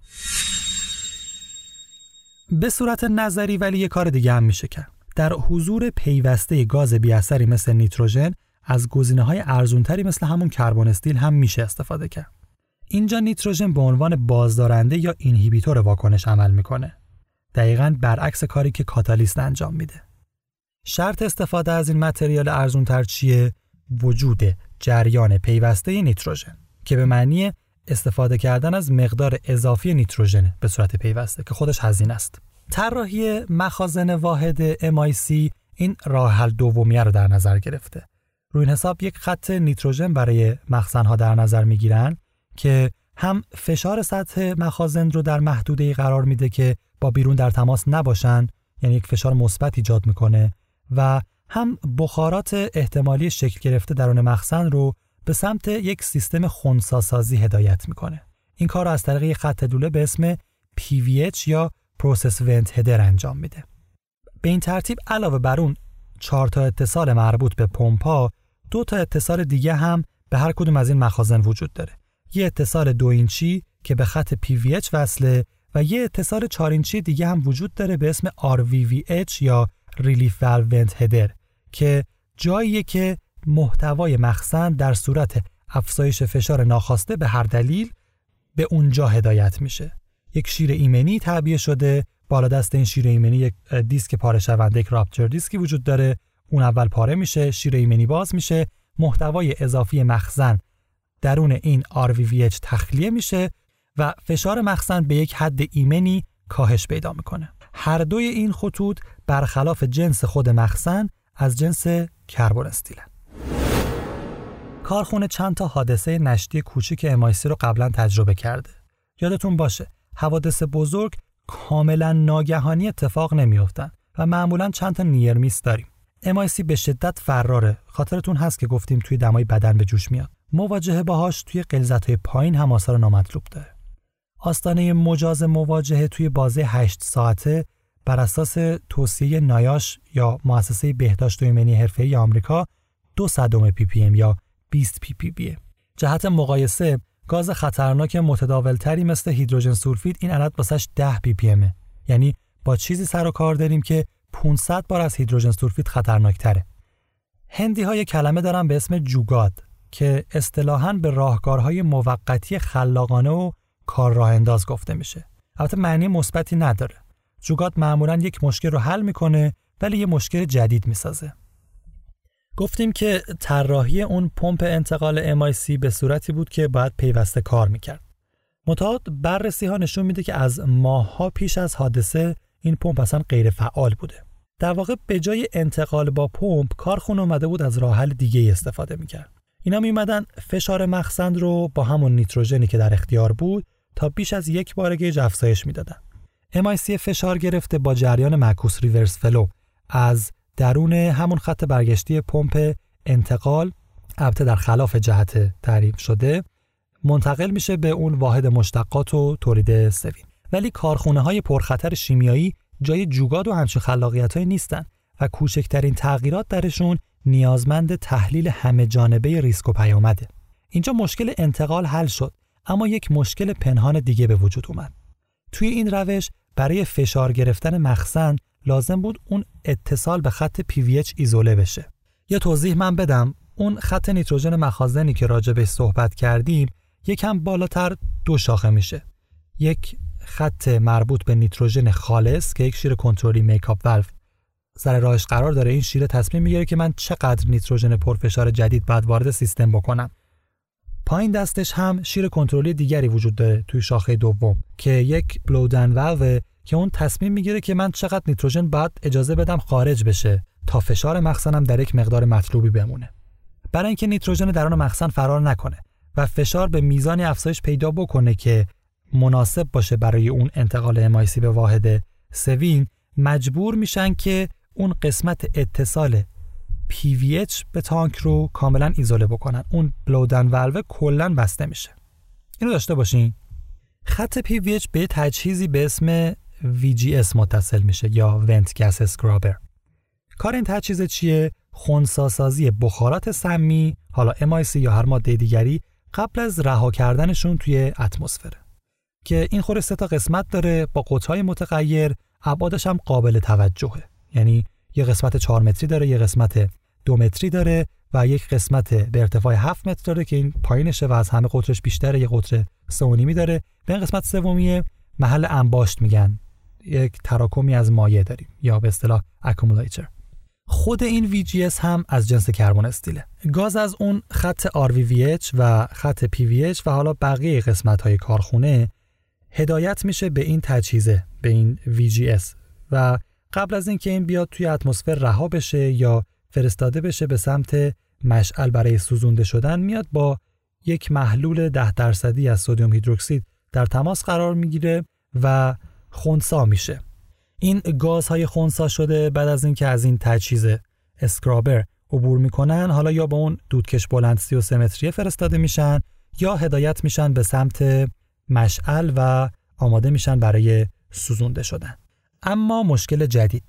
به صورت نظری ولی یه کار دیگه هم میشه کرد. در حضور پیوسته گاز بی اثری مثل نیتروژن از گزینه‌های ارزان‌تری مثل همون کربن استیل هم میشه استفاده کرد. اینجا نیتروژن به عنوان بازدارنده یا اینهیبیتور واکنش عمل میکنه. دقیقاً برعکس کاری که کاتالیست انجام میده. شرط استفاده از این متریال ارزان‌تر چیه؟ وجود جریان پیوسته نیتروژن که به معنی استفاده کردن از مقدار اضافی نیتروژن به صورت پیوسته که خودش هزینه است. طراحی مخازن واحد MIC این راه حل دومیه رو در نظر گرفته. روی این حساب یک خط نیتروژن برای مخزن‌ها در نظر می‌گیرن که هم فشار سطح مخازن رو در محدوده‌ای قرار میده که با بیرون در تماس نباشن، یعنی یک فشار مثبت ایجاد میکنه، و هم بخارات احتمالی شکل گرفته درون مخزن رو به سمت یک سیستم خنثی‌سازی هدایت میکنه. این کار رو از طریق یک خط لوله به اسم PVH یا پروسس ونت هدر انجام میده. به این ترتیب علاوه بر اون 4 تا اتصال مربوط به پمپ‌ها، 2 تا اتصال دیگه هم به هر کدوم از این مخازن وجود داره. یه اتصال 2 اینچی که به خط PVH وصله و یه اتصال 4 اینچی دیگه هم وجود داره به اسم RVVH یا Relief Valve Vent Header که جاییه که محتوای مخزن در صورت افزایش فشار ناخواسته به هر دلیل به اونجا هدایت میشه. یک شیر ایمنی تعبیه شده، بالا دست این شیر ایمنی یک دیسک پاره شونده، یک راپچر دیسکی وجود داره. اون اول پاره میشه، شیر ایمنی باز میشه، محتوای اضافی مخزن درون این RVVH تخلیه میشه و فشار مخزن به یک حد ایمنی کاهش پیدا میکنه. هر دوی این خطوط برخلاف جنس خود مخزن از جنس کربن استیلن. کارخونه چند تا حادثه نشتی کوچیک MIC رو قبلا تجربه کرده. یادتون باشه حوادث بزرگ کاملا ناگهانی اتفاق نمیافتن و معمولا چند تا نیر میس داریم. MIC به شدت فراره. خاطرتون هست که گفتیم توی دمای بدن به جوش میاد. مواجهه باهاش توی غلظت‌های پایین هم آثار نامطلوب داره. آستانه مجاز مواجهه توی بازه 8 ساعته بر اساس توصیه نایاش یا مؤسسه بهداشت و ایمنی حرفه‌ای آمریکا 200 ppm یا 20 ppb. جهت مقایسه گاز خطرناک متداولتری مثل هیدروژن سولفید این عدد واسش 10 ppm، یعنی با چیزی سر و کار داریم که 500 بار از هیدروژن سولفید خطرناکتره. هندی‌ها یک کلمه دارن به اسم جوگاد که اصطلاحاً به راهکارهای موقتی خلاقانه و کار راه انداز گفته میشه. البته معنی مثبتی نداره. جوگاد معمولاً یک مشکل رو حل میکنه ولی یه مشکل جدید میسازه. گفتیم که طراحی اون پمپ انتقال MIC به صورتی بود که باید پیوسته کار میکرد. منتها بررسی‌ها نشون میده که از ماه‌ها پیش از حادثه این پمپ اصلا غیر فعال بوده. در واقع به جای انتقال با پمپ کارخونه اومده بود از راه حل دیگه استفاده میکرد. اینا میمدن فشار مخزن رو با همون نیتروژنی که در اختیار بود تا بیش از 1 بار گیج افزایش میدادن. MIC فشار گرفته با جریان معکوس ریورس فلو از درون همون خط برگشتی پمپ انتقال، البته در خلاف جهت تعریف شده، منتقل میشه به اون واحد مشتقات و تولید سوین. ولی کارخونه‌های پرخطر شیمیایی جای جوگاد و همچین خلاقیت‌هایی نیستن و کوچکترین تغییرات درشون نیازمند تحلیل همه جانبه ریسک و پیامده. اینجا مشکل انتقال حل شد، اما یک مشکل پنهان دیگه به وجود اومد. توی این روش برای فشار گرفتن مخزن لازم بود اون اتصال به خط PVH ایزوله بشه. یه توضیح من بدم، اون خط نیتروژن مخازنی که راجبش صحبت کردیم یکم بالاتر 2 شاخه میشه. یک خط مربوط به نیتروژن خالص که یک شیر کنترلی میکاپ والو سر راهش قرار داره. این شیر تصمیم میگیره که من چقدر نیتروژن پرفشار جدید باید وارد سیستم بکنم. پایین دستش هم شیر کنترلی دیگری وجود داره توی شاخه دوم که یک بلودن والو که اون تصمیم میگیره که من چقدر نیتروژن باید اجازه بدم خارج بشه تا فشار مخزنم در یک مقدار مطلوبی بمونه. برای اینکه نیتروژن درون مخزن فرار نکنه و فشار به میزانی افزایش پیدا بکنه که مناسب باشه برای اون انتقال MIC به واحد سوین، مجبور میشن که اون قسمت اتصال PVH به تانک رو کاملا ایزوله بکنن. اون بلودن والو کلا بسته میشه. اینو داشته باشین. خط PVH به تجهیزی به اسم VGS متصل میشه یا Vent Gas Scrubber. کار این تجهیز چیه؟ خنثی‌سازی بخارات سمی، حالا MIC یا هر ماده دیگری، قبل از رها کردنشون توی اتمسفر. که این خود 3 تا قسمت داره با قطرهای متغیر، ابعادش هم قابل توجهه. یعنی یه قسمت 4 متری داره، یه قسمت 2 متری داره و یک قسمت به ارتفاع 7 متر داره که این پایینشه و از همه قطرش بیشتره، یه قطر 3.5 داره. به این قسمت سومیه محل انباشت میگن. یک تراکمی از مایع داریم یا به اصطلاح اکومولاتور. خود این VGS هم از جنس کربن استیله. گاز از اون خط RVVH و خط PVH و حالا بقیه قسمت‌های کارخونه هدایت میشه به این تجهیزه، به این VGS، و قبل از اینکه این بیاد توی اتمسفر رها بشه یا فرستاده بشه به سمت مشعل برای سوزونده شدن، میاد با یک محلول 10% از سدیم هیدروکسید در تماس قرار میگیره و خنثی میشه. این گازهای خنثی شده بعد از اینکه از این تجهیز اسکرابر عبور میکنن، حالا یا با اون دودکش بلند 33 متری فرستاده میشن یا هدایت میشن به سمت مشعل و آماده میشن برای سوزونده شدن. اما مشکل جدید،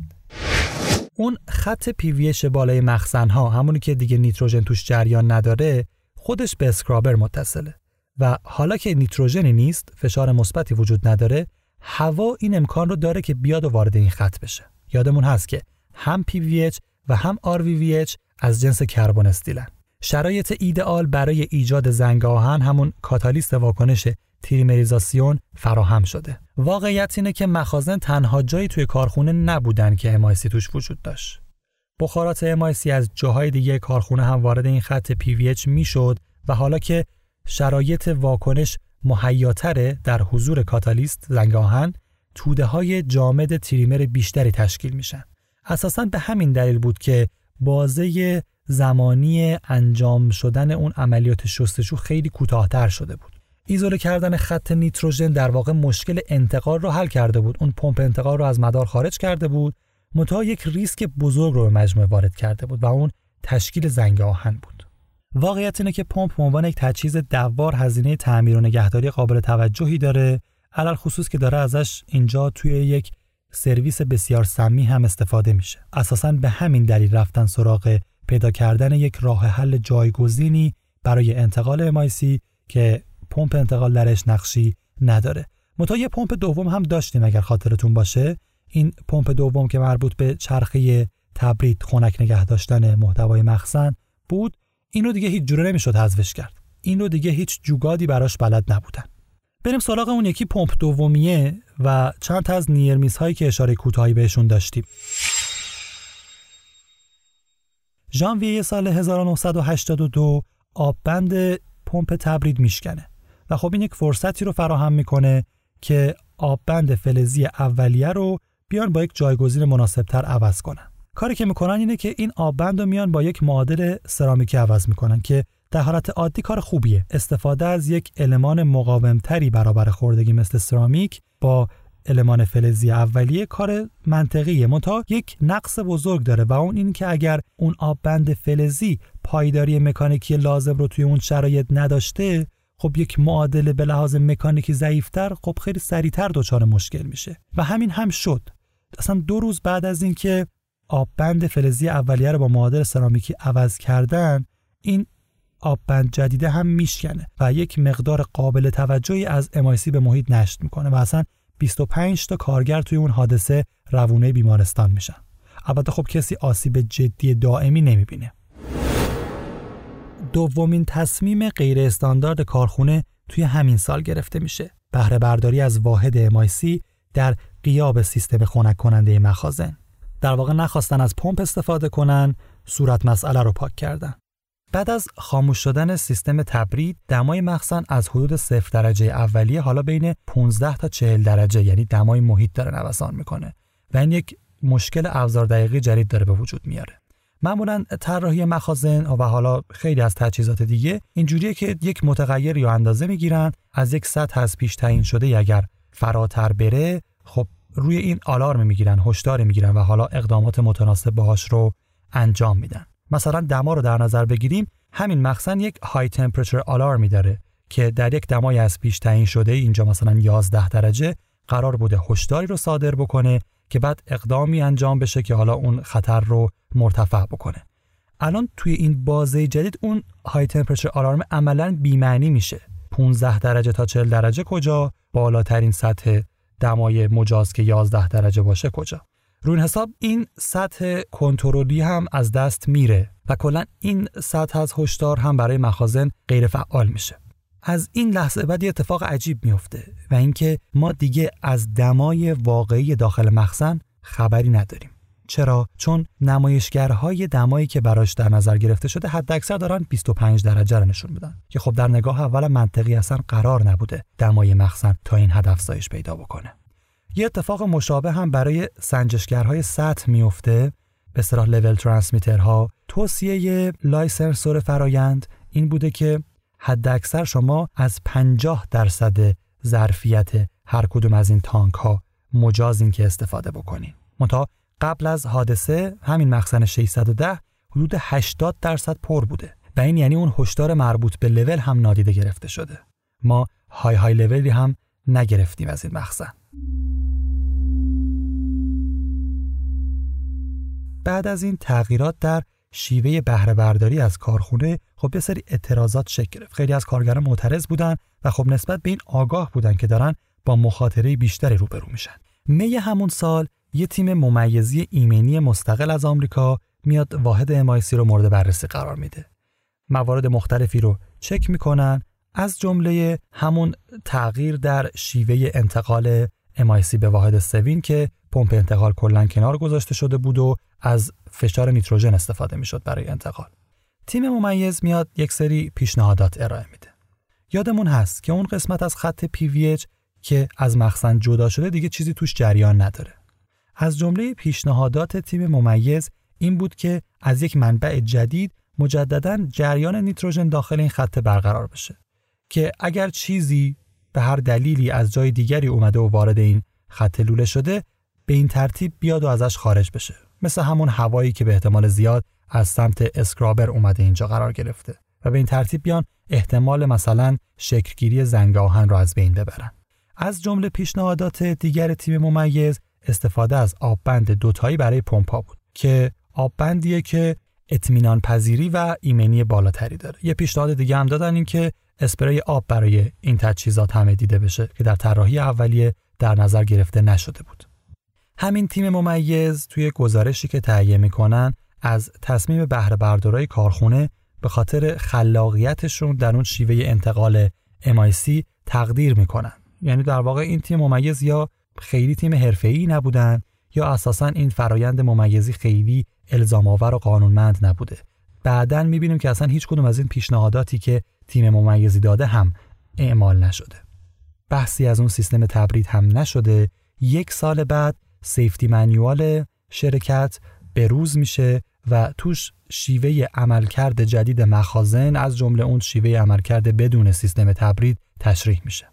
اون خط PVH بالای مخزن‌ها، همونی که دیگه نیتروژن توش جریان نداره، خودش به اسکرابر متصله و حالا که نیتروژنی نیست، فشار مثبتی وجود نداره، هوا این امکان رو داره که بیاد و وارد این خط بشه. یادمون هست که هم PVH و هم RVVH از جنس کربن استیلن. شرایط ایدئال برای ایجاد زنگ آهن، همون کاتالیست واکنش تریمریزاسیون، فراهم شده. واقعیت اینه که مخازن تنها جایی توی کارخونه نبودن که MIC توش وجود داشت. بخارات MIC از جاهای دیگه کارخونه هم وارد این خط PVH میشد و حالا که شرایط واکنش مهیاتره در حضور کاتالیست زنگ آهن، توده های جامد تریمر بیشتری تشکیل میشن. اساساً به همین دلیل بود که بازه زمانی انجام شدن اون عملیات شستشو خیلی کوتاه‌تر شده بود. ایزوله کردن خط نیتروژن در واقع مشکل انتقال رو حل کرده بود. اون پمپ انتقال رو از مدار خارج کرده بود، منتها یک ریسک بزرگ رو به مجموعه وارد کرده بود و اون تشکیل زنگ آهن بود. واقعیت اینه که پمپ به عنوان یک تجهیز دوار هزینه تعمیر و نگهداری قابل توجهی داره، علل خصوص که داره ازش اینجا توی یک سرویس بسیار سمی هم استفاده میشه. اساساً به همین دلیل رفتن سراغ پیدا کردن یک راه حل جایگزینی برای انتقال MIC که پمپ انتقال درش نقشی نداره. منتها یه پمپ دوم هم داشتیم اگر خاطرتون باشه. این پمپ دوم که مربوط به چرخه تبرید، خنک نگه داشتن محتوای مخزن بود، اینو دیگه هیچ جوره نمیشد حذفش کرد. این رو دیگه هیچ جوگادی براش بلد نبودن. بریم سراغ اون یکی پمپ دومیه و چند تا از نیرمیس هایی که اشاره کوتاهی بهشون داشتیم. ژانویه سال 1982 آببند پمپ تبرید میشکنه و خب این یک فرصتی رو فراهم میکنه که آببند فلزی اولیه رو بیان با یک جایگزین مناسبتر عوض کنن. کاری که میکنن اینه که این آببند رو میان با یک معادل سرامیکی عوض میکنن که در حالت عادی کار خوبیه. استفاده از یک المان مقاومتری برابر خوردگی مثل سرامیک با المان فلزی اولیه کار منطقیه، منتها یک نقص بزرگ داره و اون این که اگر اون آببند فلزی پایداری مکانیکی لازم رو توی اون شرایط نداشته، خب یک معادله به لحاظ مکانیکی ضعیف‌تر خب خیلی سریعتر دچار مشکل میشه و همین هم شد. اصلا 2 روز بعد از اینکه آببند فلزی اولیه رو با معادل سرامیکی عوض کردن، این آببند جدیده هم میشکنه و یک مقدار قابل توجهی از MIC به محیط نشت میکنه و اصلا 25 تا کارگر توی اون حادثه روونه بیمارستان میشن. البته خب کسی آسیب جدی دائمی نمیبینه. دومین تصمیم غیر استاندارد کارخونه توی همین سال گرفته میشه. بهره برداری از واحد MIC در غیاب سیستم خنک کننده مخازن. در واقع نخواستن از پمپ استفاده کنن، صورت مسئله رو پاک کردن. بعد از خاموش شدن سیستم تبرید، دمای مخزن از حدود 0 درجه اولیه حالا بین 15 تا 40 درجه، یعنی دمای محیط داره نوسان میکنه و این یک مشکل افزار دقیقی جدید داره به وجود میاره. معمولاً طراحی مخازن و حالا خیلی از تجهیزات دیگه اینجوریه که یک متغیر یا اندازه میگیرن، از یک سطح از پیش تعیین شده اگر فراتر بره، خب روی این آلارم میگیرن، هشدار میگیرن و حالا اقدامات متناسب باهاش رو انجام میدن. مثلا دما رو در نظر بگیریم، همین مخزن یک های تمپرچر آلارمی داره که در یک دمای از پیش تعیین شده، اینجا مثلا 11 درجه، قرار بوده هشداری رو صادر بکنه که بعد اقدامی انجام بشه که حالا اون خطر رو مرتفع بکنه. الان توی این بازه جدید اون های تمپرچر آلارم عملاً بی‌معنی میشه. 15 درجه تا 40 درجه کجا؟ بالاترین سطح دمای مجاز که 11 درجه باشه کجا؟ روی این حساب این سطح کنترلی هم از دست میره و کلا این سطح از هشدار هم برای مخازن غیر فعال میشه. از این لحظه بعد یه اتفاق عجیب میفته و اینکه ما دیگه از دمای واقعی داخل مخزن خبری نداریم. چرا؟ چون نمایشگرهای دمایی که براش در نظر گرفته شده حداکثر دارن 25 درجه رو نشون میدن که خب در نگاه اول منطقی اصلا قرار نبوده دمای مخزن تا این حد افزایش پیدا بکنه. یه اتفاق مشابه هم برای سنجشگرهای سطح میفته، به اصطلاح لول ترانسمیترها. توصیه لایسنسور فرایند این بوده که حداکثر شما از 50% ظرفیت هر کدوم از این تانک ها مجازین که استفاده بکنین. منتها قبل از حادثه همین مخزن 610 حدود 80% پر بوده و این یعنی اون هشدار مربوط به لول هم نادیده گرفته شده. ما های لولی هم نگرفتیم از این مخزن. بعد از این تغییرات در شیوه بهره برداری از کارخونه، خب یه سری اعتراضات شکل گرفت. خیلی از کارگران معترض بودن و خب نسبت به این آگاه بودن که دارن با مخاطره بیشتری روبرو میشن. می همون سال یه تیم ممیزی ایمنی مستقل از آمریکا میاد واحد MIC رو مورد بررسی قرار میده. موارد مختلفی رو چک میکنن، از جمله همون تغییر در شیوه انتقال MIC به واحد سوین که پمپ انتقال کلاً کنار گذاشته شده بود و از فشار نیتروژن استفاده میشد برای انتقال. تیم ممیز میاد یک سری پیشنهادات ارائه میده. یادمون هست که اون قسمت از خط PVH که از مخزن جدا شده دیگه چیزی توش جریان نداره. از جمله پیشنهادات تیم ممیز این بود که از یک منبع جدید مجدداً جریان نیتروژن داخل این خط برقرار بشه که اگر چیزی به هر دلیلی از جای دیگری اومده و وارد این خط لوله شده، به این ترتیب بیاد و ازش خارج بشه. مثل همون هوایی که به احتمال زیاد از سمت اسکرابر اومده اینجا قرار گرفته و به این ترتیب بیان احتمال مثلا شکلگیری زنگ آهن رو از بین ببرن. از جمله پیشنهادات دیگر تیم ممیز استفاده از آببند دوتایی برای پمپا بود که آببندیه که اطمینان پذیری و ایمنی بالاتری داره. یه پیشنهاد دیگه هم دادن، این که اسپری آب برای این تجهیزات همه دیده بشه که در طراحی اولیه در نظر گرفته نشده بود. همین تیم ممیز توی گزارشی که تهیه میکنن از تصمیم بهره بردارای کارخونه به خاطر خلاقیتشون در اون شیوه انتقال MIC تقدیر میکنن. یعنی در واقع این تیم ممیز یا خیلی تیم حرفه‌ای نبودن یا اساساً این فرایند ممیزی خیلی الزام آور و قانونمند نبوده. بعداً میبینیم که اصلا هیچ کدوم از این پیشنهاداتی که تیم ممیزی داده هم اعمال نشده. بحثی از اون سیستم تبرید هم نشده. یک سال بعد سیفتی مانیوال شرکت بروز میشه و توش شیوه عملکرد جدید مخازن از جمله اون شیوه عملکرد بدون سیستم تبرید تشریح میشه.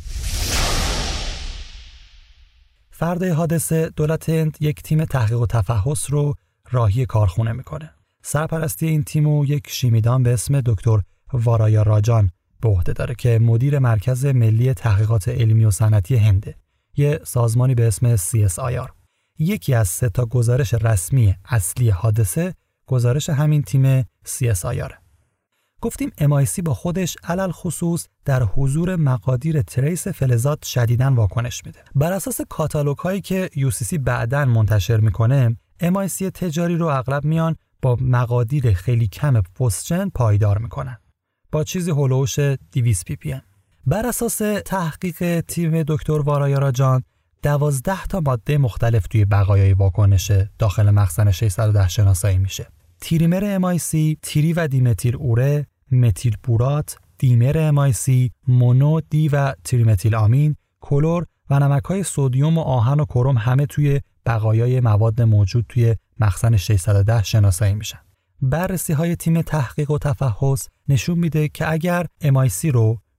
فردای حادثه دولت هند یک تیم تحقیق و تفحص رو راهی کارخونه میکنه. سرپرستی این تیمو یک شیمیدان به اسم دکتر وارایا راجان به عهده داره که مدیر مرکز ملی تحقیقات علمی و صنعتی هنده، یه سازمانی به اسم CSIR. یکی از 3 تا گزارش رسمی اصلی حادثه گزارش همین تیم CSIR. گفتیم MIC با خودش علل خصوص در حضور مقادیر تریس فلزات شدیداً واکنش میده. بر اساس کاتالوگ هایی که UCC بعداً منتشر میکنه، MIC تجاری رو اغلب میان با مقادیر خیلی کم فسچن پایدار میکنن، با چیزی هولوش 200 ppm. بر اساس تحقیق تیم دکتر وارایا راجان 12 تا ماده مختلف توی بقایای واکنش داخل مخزن 610 شناسایی میشه. تریمر MIC، تری و دیمتیل اوره، متیل بورات، دیمر MIC، مونو دی و تریمتیل آمین، کلور و نمک‌های سدیم و آهن و کروم همه توی بقایای مواد موجود توی مخزن 610 شناسایی میشن. بررسی‌های تیم تحقیق و تفحص نشون میده که اگر MIC رو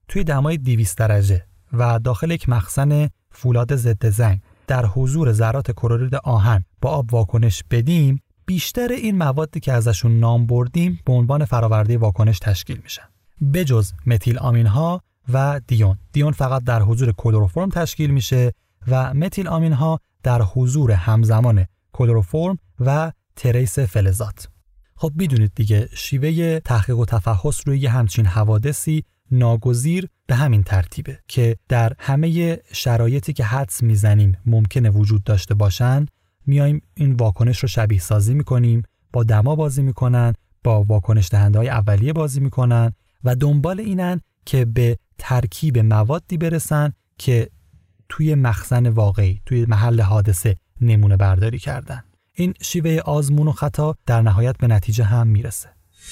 توی دمای 200 درجه و داخل یک مخزن فولاد ضد زنگ در حضور ذرات کلورید آهن با آب واکنش بدیم، بیشتر این موادی که ازشون نام بردیم به عنوان فراورده واکنش تشکیل میشن. بجز متیل آمین ها و دیون فقط در حضور کلروفرم تشکیل میشه و متیل آمین ها در حضور همزمان کلروفرم و تریس فلزات. خب میدونید دیگه شیوه تحقیق و تفحص روی یه همچین حوادثی ناگزیر به همین ترتیبه که در همه شرایطی که حدس میزنیم ممکنه وجود داشته باشن میایم این واکنش رو شبیه سازی میکنیم، با دما بازی میکنن، با واکنش دهنده های اولیه بازی میکنن و دنبال اینن که به ترکیب موادی برسن که توی مخزن واقعی، توی محل حادثه نمونه برداری کردن. این شیوه آزمون و خطا در نهایت به نتیجه هم میرسه.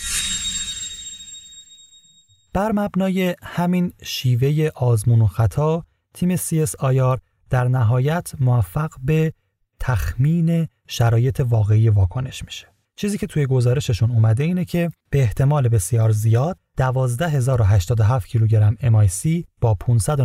بر مبنای همین شیوه آزمون و خطا تیم CSIR در نهایت موفق به تخمین شرایط واقعی واکنش میشه. چیزی که توی گزارششون اومده اینه که به احتمال بسیار زیاد 12087 کیلوگرم MIC با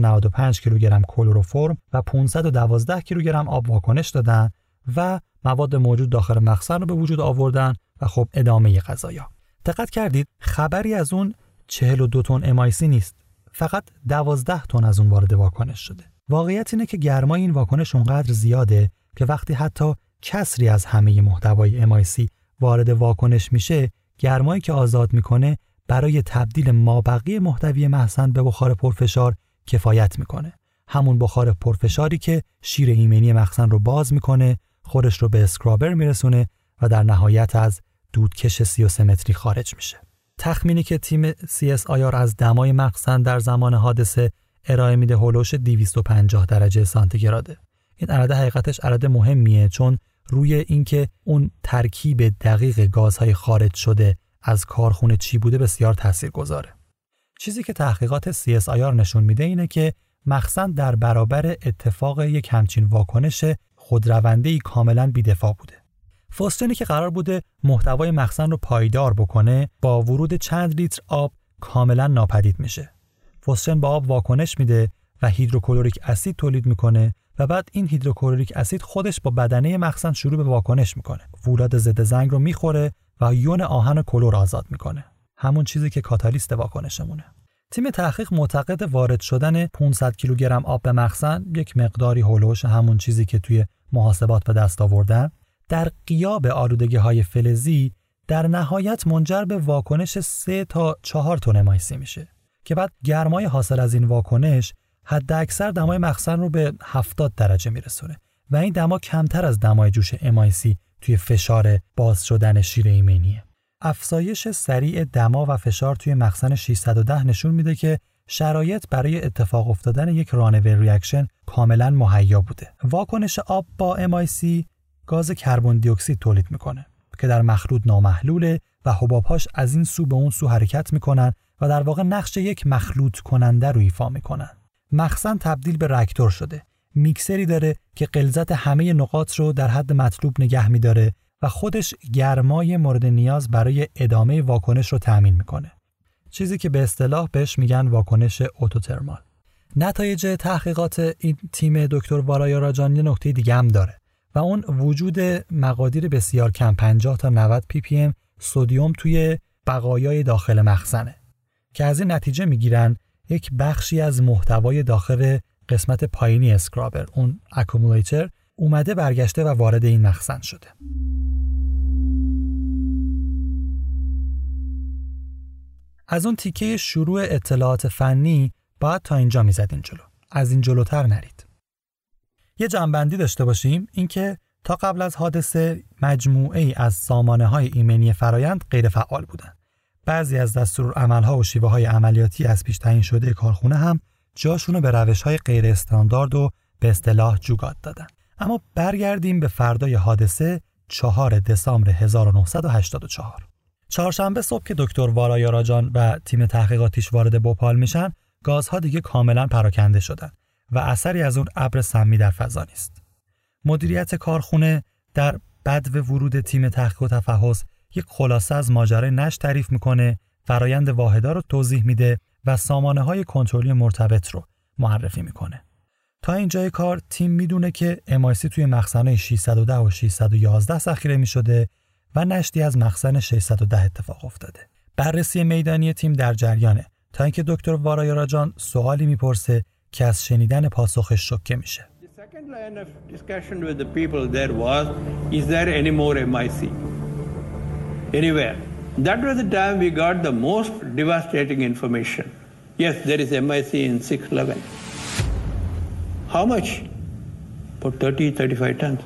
595 کیلوگرم کلروفرم و 512 کیلوگرم آب واکنش دادن و مواد موجود داخل مخزن رو به وجود آوردن و خب ادامه قضایا. دقت کردید خبری از اون 42 تن MIC نیست، فقط 12 تن از اون وارد واکنش شده. واقعیت اینه که گرمای این واکنش اونقدر زیاده که وقتی حتی کسری از همه محتوای MIC وارد واکنش میشه، گرمایی که آزاد میکنه برای تبدیل مابقی محتوی مخزن به بخار پرفشار کفایت میکنه. همون بخار پرفشاری که شیر ایمنی مخزن رو باز میکنه، خودش رو به اسکرابر میرسونه و در نهایت از دودکش 33 متری خارج میشه. تخمینی که تیم CSIR از دمای مخزن در زمان حادثه ارائه میده هولوش 250 درجه سانتیگراده. این عدد حقیقتش عدد مهمیه چون روی اینکه اون ترکیب دقیق گازهای خارج شده از کارخونه چی بوده بسیار تاثیرگذاره. چیزی که تحقیقات CSIR نشون میده اینه که مخزن در برابر اتفاق یک همچین واکنش خودرونده‌ای کاملاً بی‌دفاع بوده. فوسجنی که قرار بوده محتوای مخزن رو پایدار بکنه با ورود چند لیتر آب کاملاً ناپدید میشه. فوسجن با آب واکنش میده و هیدروکلوریک اسید تولید میکنه و بعد این هیدروکلوریک اسید خودش با بدنه مخزن شروع به واکنش میکنه. فولاد ضد زنگ رو میخوره و یون آهن و کلور آزاد میکنه. همون چیزی که کاتالیست واکنشمونه. تیم تحقیق معتقد وارد شدن 500 کیلوگرم آب به مخزن یک مقداری هولوش همون چیزی که توی محاسبات به دست آوردن در غیاب آلودگی‌های فلزی در نهایت منجر به واکنش 3 تا 4 تن MIC میشه که بعد گرمای حاصل از این واکنش حد اکثر دمای مخزن رو به 70 درجه میرسونه و این دما کمتر از دمای جوش MIC توی فشار باز شدن شیر ایمنیه. افزایش سریع دما و فشار توی مخزن 610 نشون میده که شرایط برای اتفاق افتادن یک رانوی ریاکشن کاملا مهیا بوده. واکنش آب با MIC گاز کربن دی اکسید تولید میکنه که در مخلوط نامحلوله و حبابهاش از این سو به اون سو حرکت میکنن و در واقع نقش یک مخلوط کننده رو ایفا میکنن. مخزن تبدیل به راکتور شده. میکسری داره که غلظت همه نقاط رو در حد مطلوب نگه میداره و خودش گرمای مورد نیاز برای ادامه واکنش رو تأمین میکنه. چیزی که به اصطلاح بهش میگن واکنش اتوترمال. نتایج تحقیقات این تیم دکتر والای راجان یه نکته دیگه هم داره و اون وجود مقادیر بسیار کم 50 تا 90 ppm سدیم توی بقایای داخل مخزنه که از این نتیجه میگیرن یک بخشی از محتوای داخل قسمت پایینی اسکرابر، اون اکومولیتر، اومده برگشته و وارد این مخزن شده. از اون تیکه شروع اطلاعات فنی باید تا اینجا میزدین جلو. از این جلوتر نرید. یه جنبندی داشته باشیم، اینکه تا قبل از حادثه مجموعه‌ای از سامانه‌های ایمنی فرایند غیر فعال بودن. بعضی از دستورالعمل‌ها و شیوه‌های عملیاتی از پیش تعیین شده کارخونه هم جاشونو به روش‌های غیر استاندارد و به اصطلاح جوگات دادن. اما برگردیم به فردای حادثه 4 دسامبر 1984. چهارشنبه صبح که دکتر والایاراجان و تیم تحقیقاتیش وارد بوپال میشن، گازها دیگه کاملا پراکنده شدن و اثری از اون ابر سمی در فضا نیست. مدیریت کارخونه در بدو ورود تیم تحقیق و تفحص یک خلاصه از ماجرای نشت تعریف میکنه، فرایند واحدا رو توضیح میده و سامانه‌های کنترلی مرتبط رو معرفی میکنه. تا اینجای کار تیم میدونه که MI6 توی مخزن‌های 610 و 611 ذخیره میشده و نشتی از مخزن 610 اتفاق افتاده. بررسی میدانی تیم در جریانه تا اینکه دکتر وارایاراجان سوالی میپرسه که از شنیدن پاسخش شوکه میشه. The second line of discussion with the people there was, is there any more MIC anywhere? That was the time we got the most devastating information. Yes, there is MIC in 611. How much? For 30-35 tons.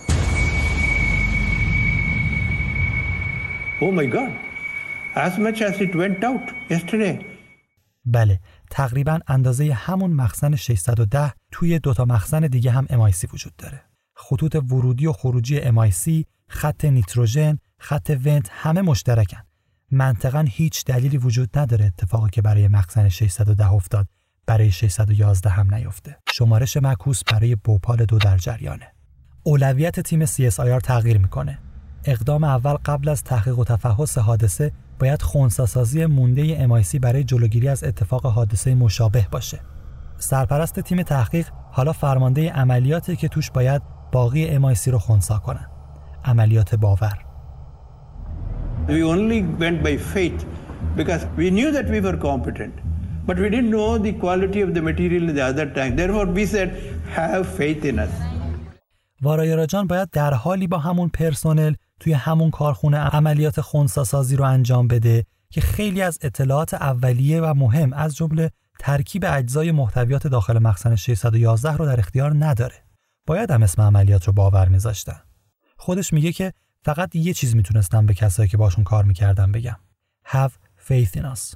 Oh my God, as much as it went out yesterday. بله، تقریباً اندازه همون مخزن 610 توی دوتا مخزن دیگه هم MIC وجود داره. خطوط ورودی و خروجی MIC، خط نیتروژن، خط ونت همه مشترکن. منطقاً هیچ دلیلی وجود نداره اتفاقی که برای مخزن 610 افتاد برای 611 هم نیفته. شمارش معکوس برای بوپال 2 در جریانه. اولویت تیم CSIR تغییر میکنه. اقدام اول قبل از تحقیق و تفحص حادثه باید خنثی‌سازی مونده MIC برای جلوگیری از اتفاق حادثه مشابه باشه. سرپرست تیم تحقیق حالا فرمانده عملیاتی که توش باید باقی MIC رو خنثی کنن. عملیات باور. We only went by faith because we knew that we were competent, but we didn't know the quality of the material in the other tank. Therefore we said, have faith in us. وارایاراجان باید در حالی با همون پرسنل توی همون کارخونه عملیات خنثی‌سازی رو انجام بده که خیلی از اطلاعات اولیه و مهم از جمله ترکیب اجزای محتویات داخل مخزن 611 رو در اختیار نداره. باید هم اسم عملیات رو باور میذاشتن. خودش میگه که فقط یه چیز میتونستم به کسایی که باشون کار میکردم بگم. Have faith in us.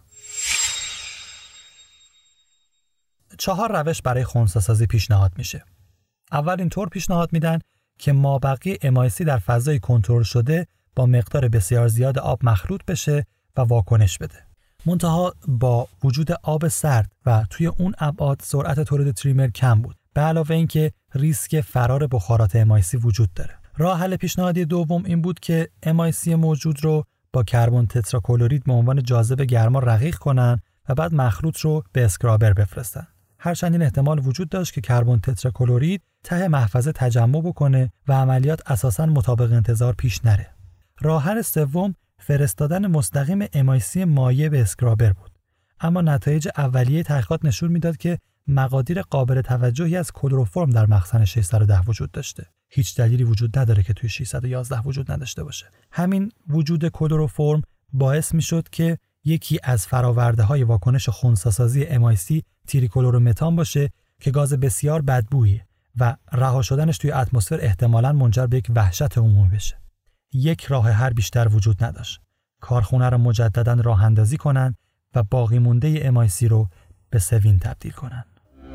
4 روش برای خنثی‌سازی پیشنهاد میشه. اول اینطور پیشنهاد میدن که مابقی MIC در فضای کنترل شده با مقدار بسیار زیاد آب مخلوط بشه و واکنش بده. منتها با وجود آب سرد و توی اون ابعاد سرعت تولید تریمر کم بود. به علاوه اینکه ریسک فرار بخارات MIC وجود داره. راه حل پیشنهادی دوم این بود که MIC موجود رو با کربن تتراکلورید به عنوان جاذب گرما رقیق کنن و بعد مخلوط رو به اسکرابر بفرستن. هرچند این احتمال وجود داشت که کربن تتراکلورید ته محفظه تجمع بکنه و عملیات اساساً مطابق انتظار پیش نره. راه حل سوم فرستادن مستقیم MIC مایع به اسکرابر بود. اما نتایج اولیه تحقیقات نشون میداد که مقادیر قابل توجهی از کلروفرم در مخزن 610 وجود داشته. هیچ دلیلی وجود نداره که توی 611 وجود نداشته باشه. همین وجود کلروفرم باعث میشد که یکی از فرآورده‌های واکنش خنثی‌سازی MIC تریکلرومتان باشه که گاز بسیار بدبویه و رها شدنش توی اتمسفر احتمالاً منجر به یک وحشت عمومی بشه. یک راه حل بیشتر وجود نداشت. کارخونه رو مجدداً راه اندازی کنن و باقی مونده MIC رو به سوین تبدیل کنن.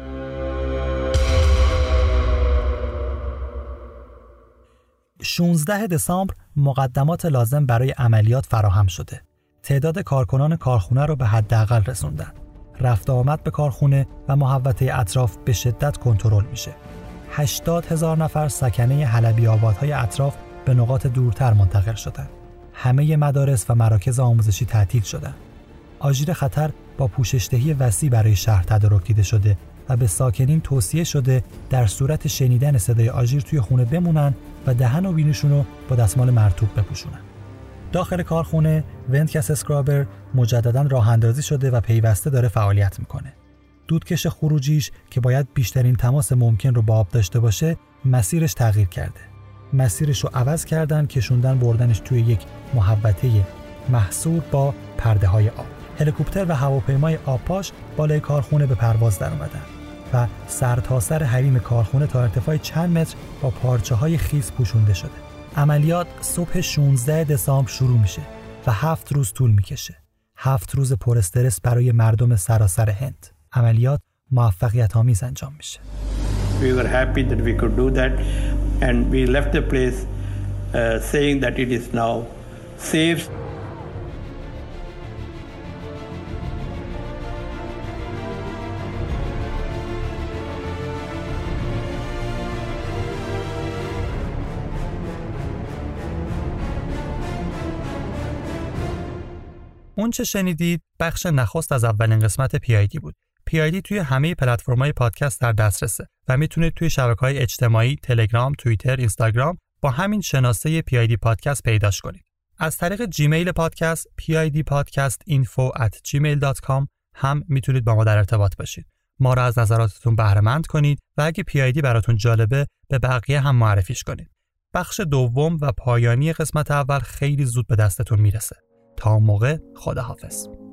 16 دسامبر مقدمات لازم برای عملیات فراهم شده. تعداد کارکنان کارخونه رو به حداقل رسوندن. رفت آمد به کارخونه و محوطه اطراف به شدت کنترل میشه. 80,000 نفر سکنه حلبی آبادهای اطراف به نقاط دورتر منتقل شدند. همه مدارس و مراکز آموزشی تعطیل شدند. آژیر خطر با پوشش‌دهی وسیع برای شهر تدارک دیده شده و به ساکنین توصیه شده در صورت شنیدن صدای آژیر توی خونه بمونن و دهن و بینشون رو با دستمال مرطوب بپوشونن. داخل کارخونه ونتکس اسکرابر مجدداً راه اندازی شده و پیوسته داره فعالیت میکنه. دودکش خروجیش که باید بیشترین تماس ممکن رو با آب داشته باشه مسیرش تغییر کرده. مسیرش رو عوض کردن، کشوندن بردنش توی یک محوطه محصور با پرده های آب. هلیکوپتر و هواپیمای آبپاش بالای کارخونه به پرواز در اومدن و سرتاسر حریم کارخونه تا ارتفاع چند متر با پارچه‌های خیس پوشونده شده. عملیات صبح 16 دسامبر شروع میشه و 7 روز طول میکشه. 7 روز پر استرس برای مردم سراسر هند. عملیات موفقیت‌آمیز انجام میشه. We were happy that we could do that and we left the place saying that it is now safe. اون اون چه شنیدید بخش نخست از اولین قسمت PID بود. PID توی همه پلتفرم‌های پادکست در دسترسه و میتونید توی شبکه‌های اجتماعی تلگرام، توییتر، اینستاگرام با همین شناسه PID پادکست پیداش کنید. از طریق جیمیل پادکست pidpodcastinfo@gmail.com هم میتونید با ما در ارتباط باشید. ما را از نظراتتون بهره مند کنید و اگه PID براتون جالبه به بقیه هم معرفیش کنید. بخش دوم و پایانی قسمت اول خیلی زود به دستتون میرسه. تا اون موقع خداحافظ.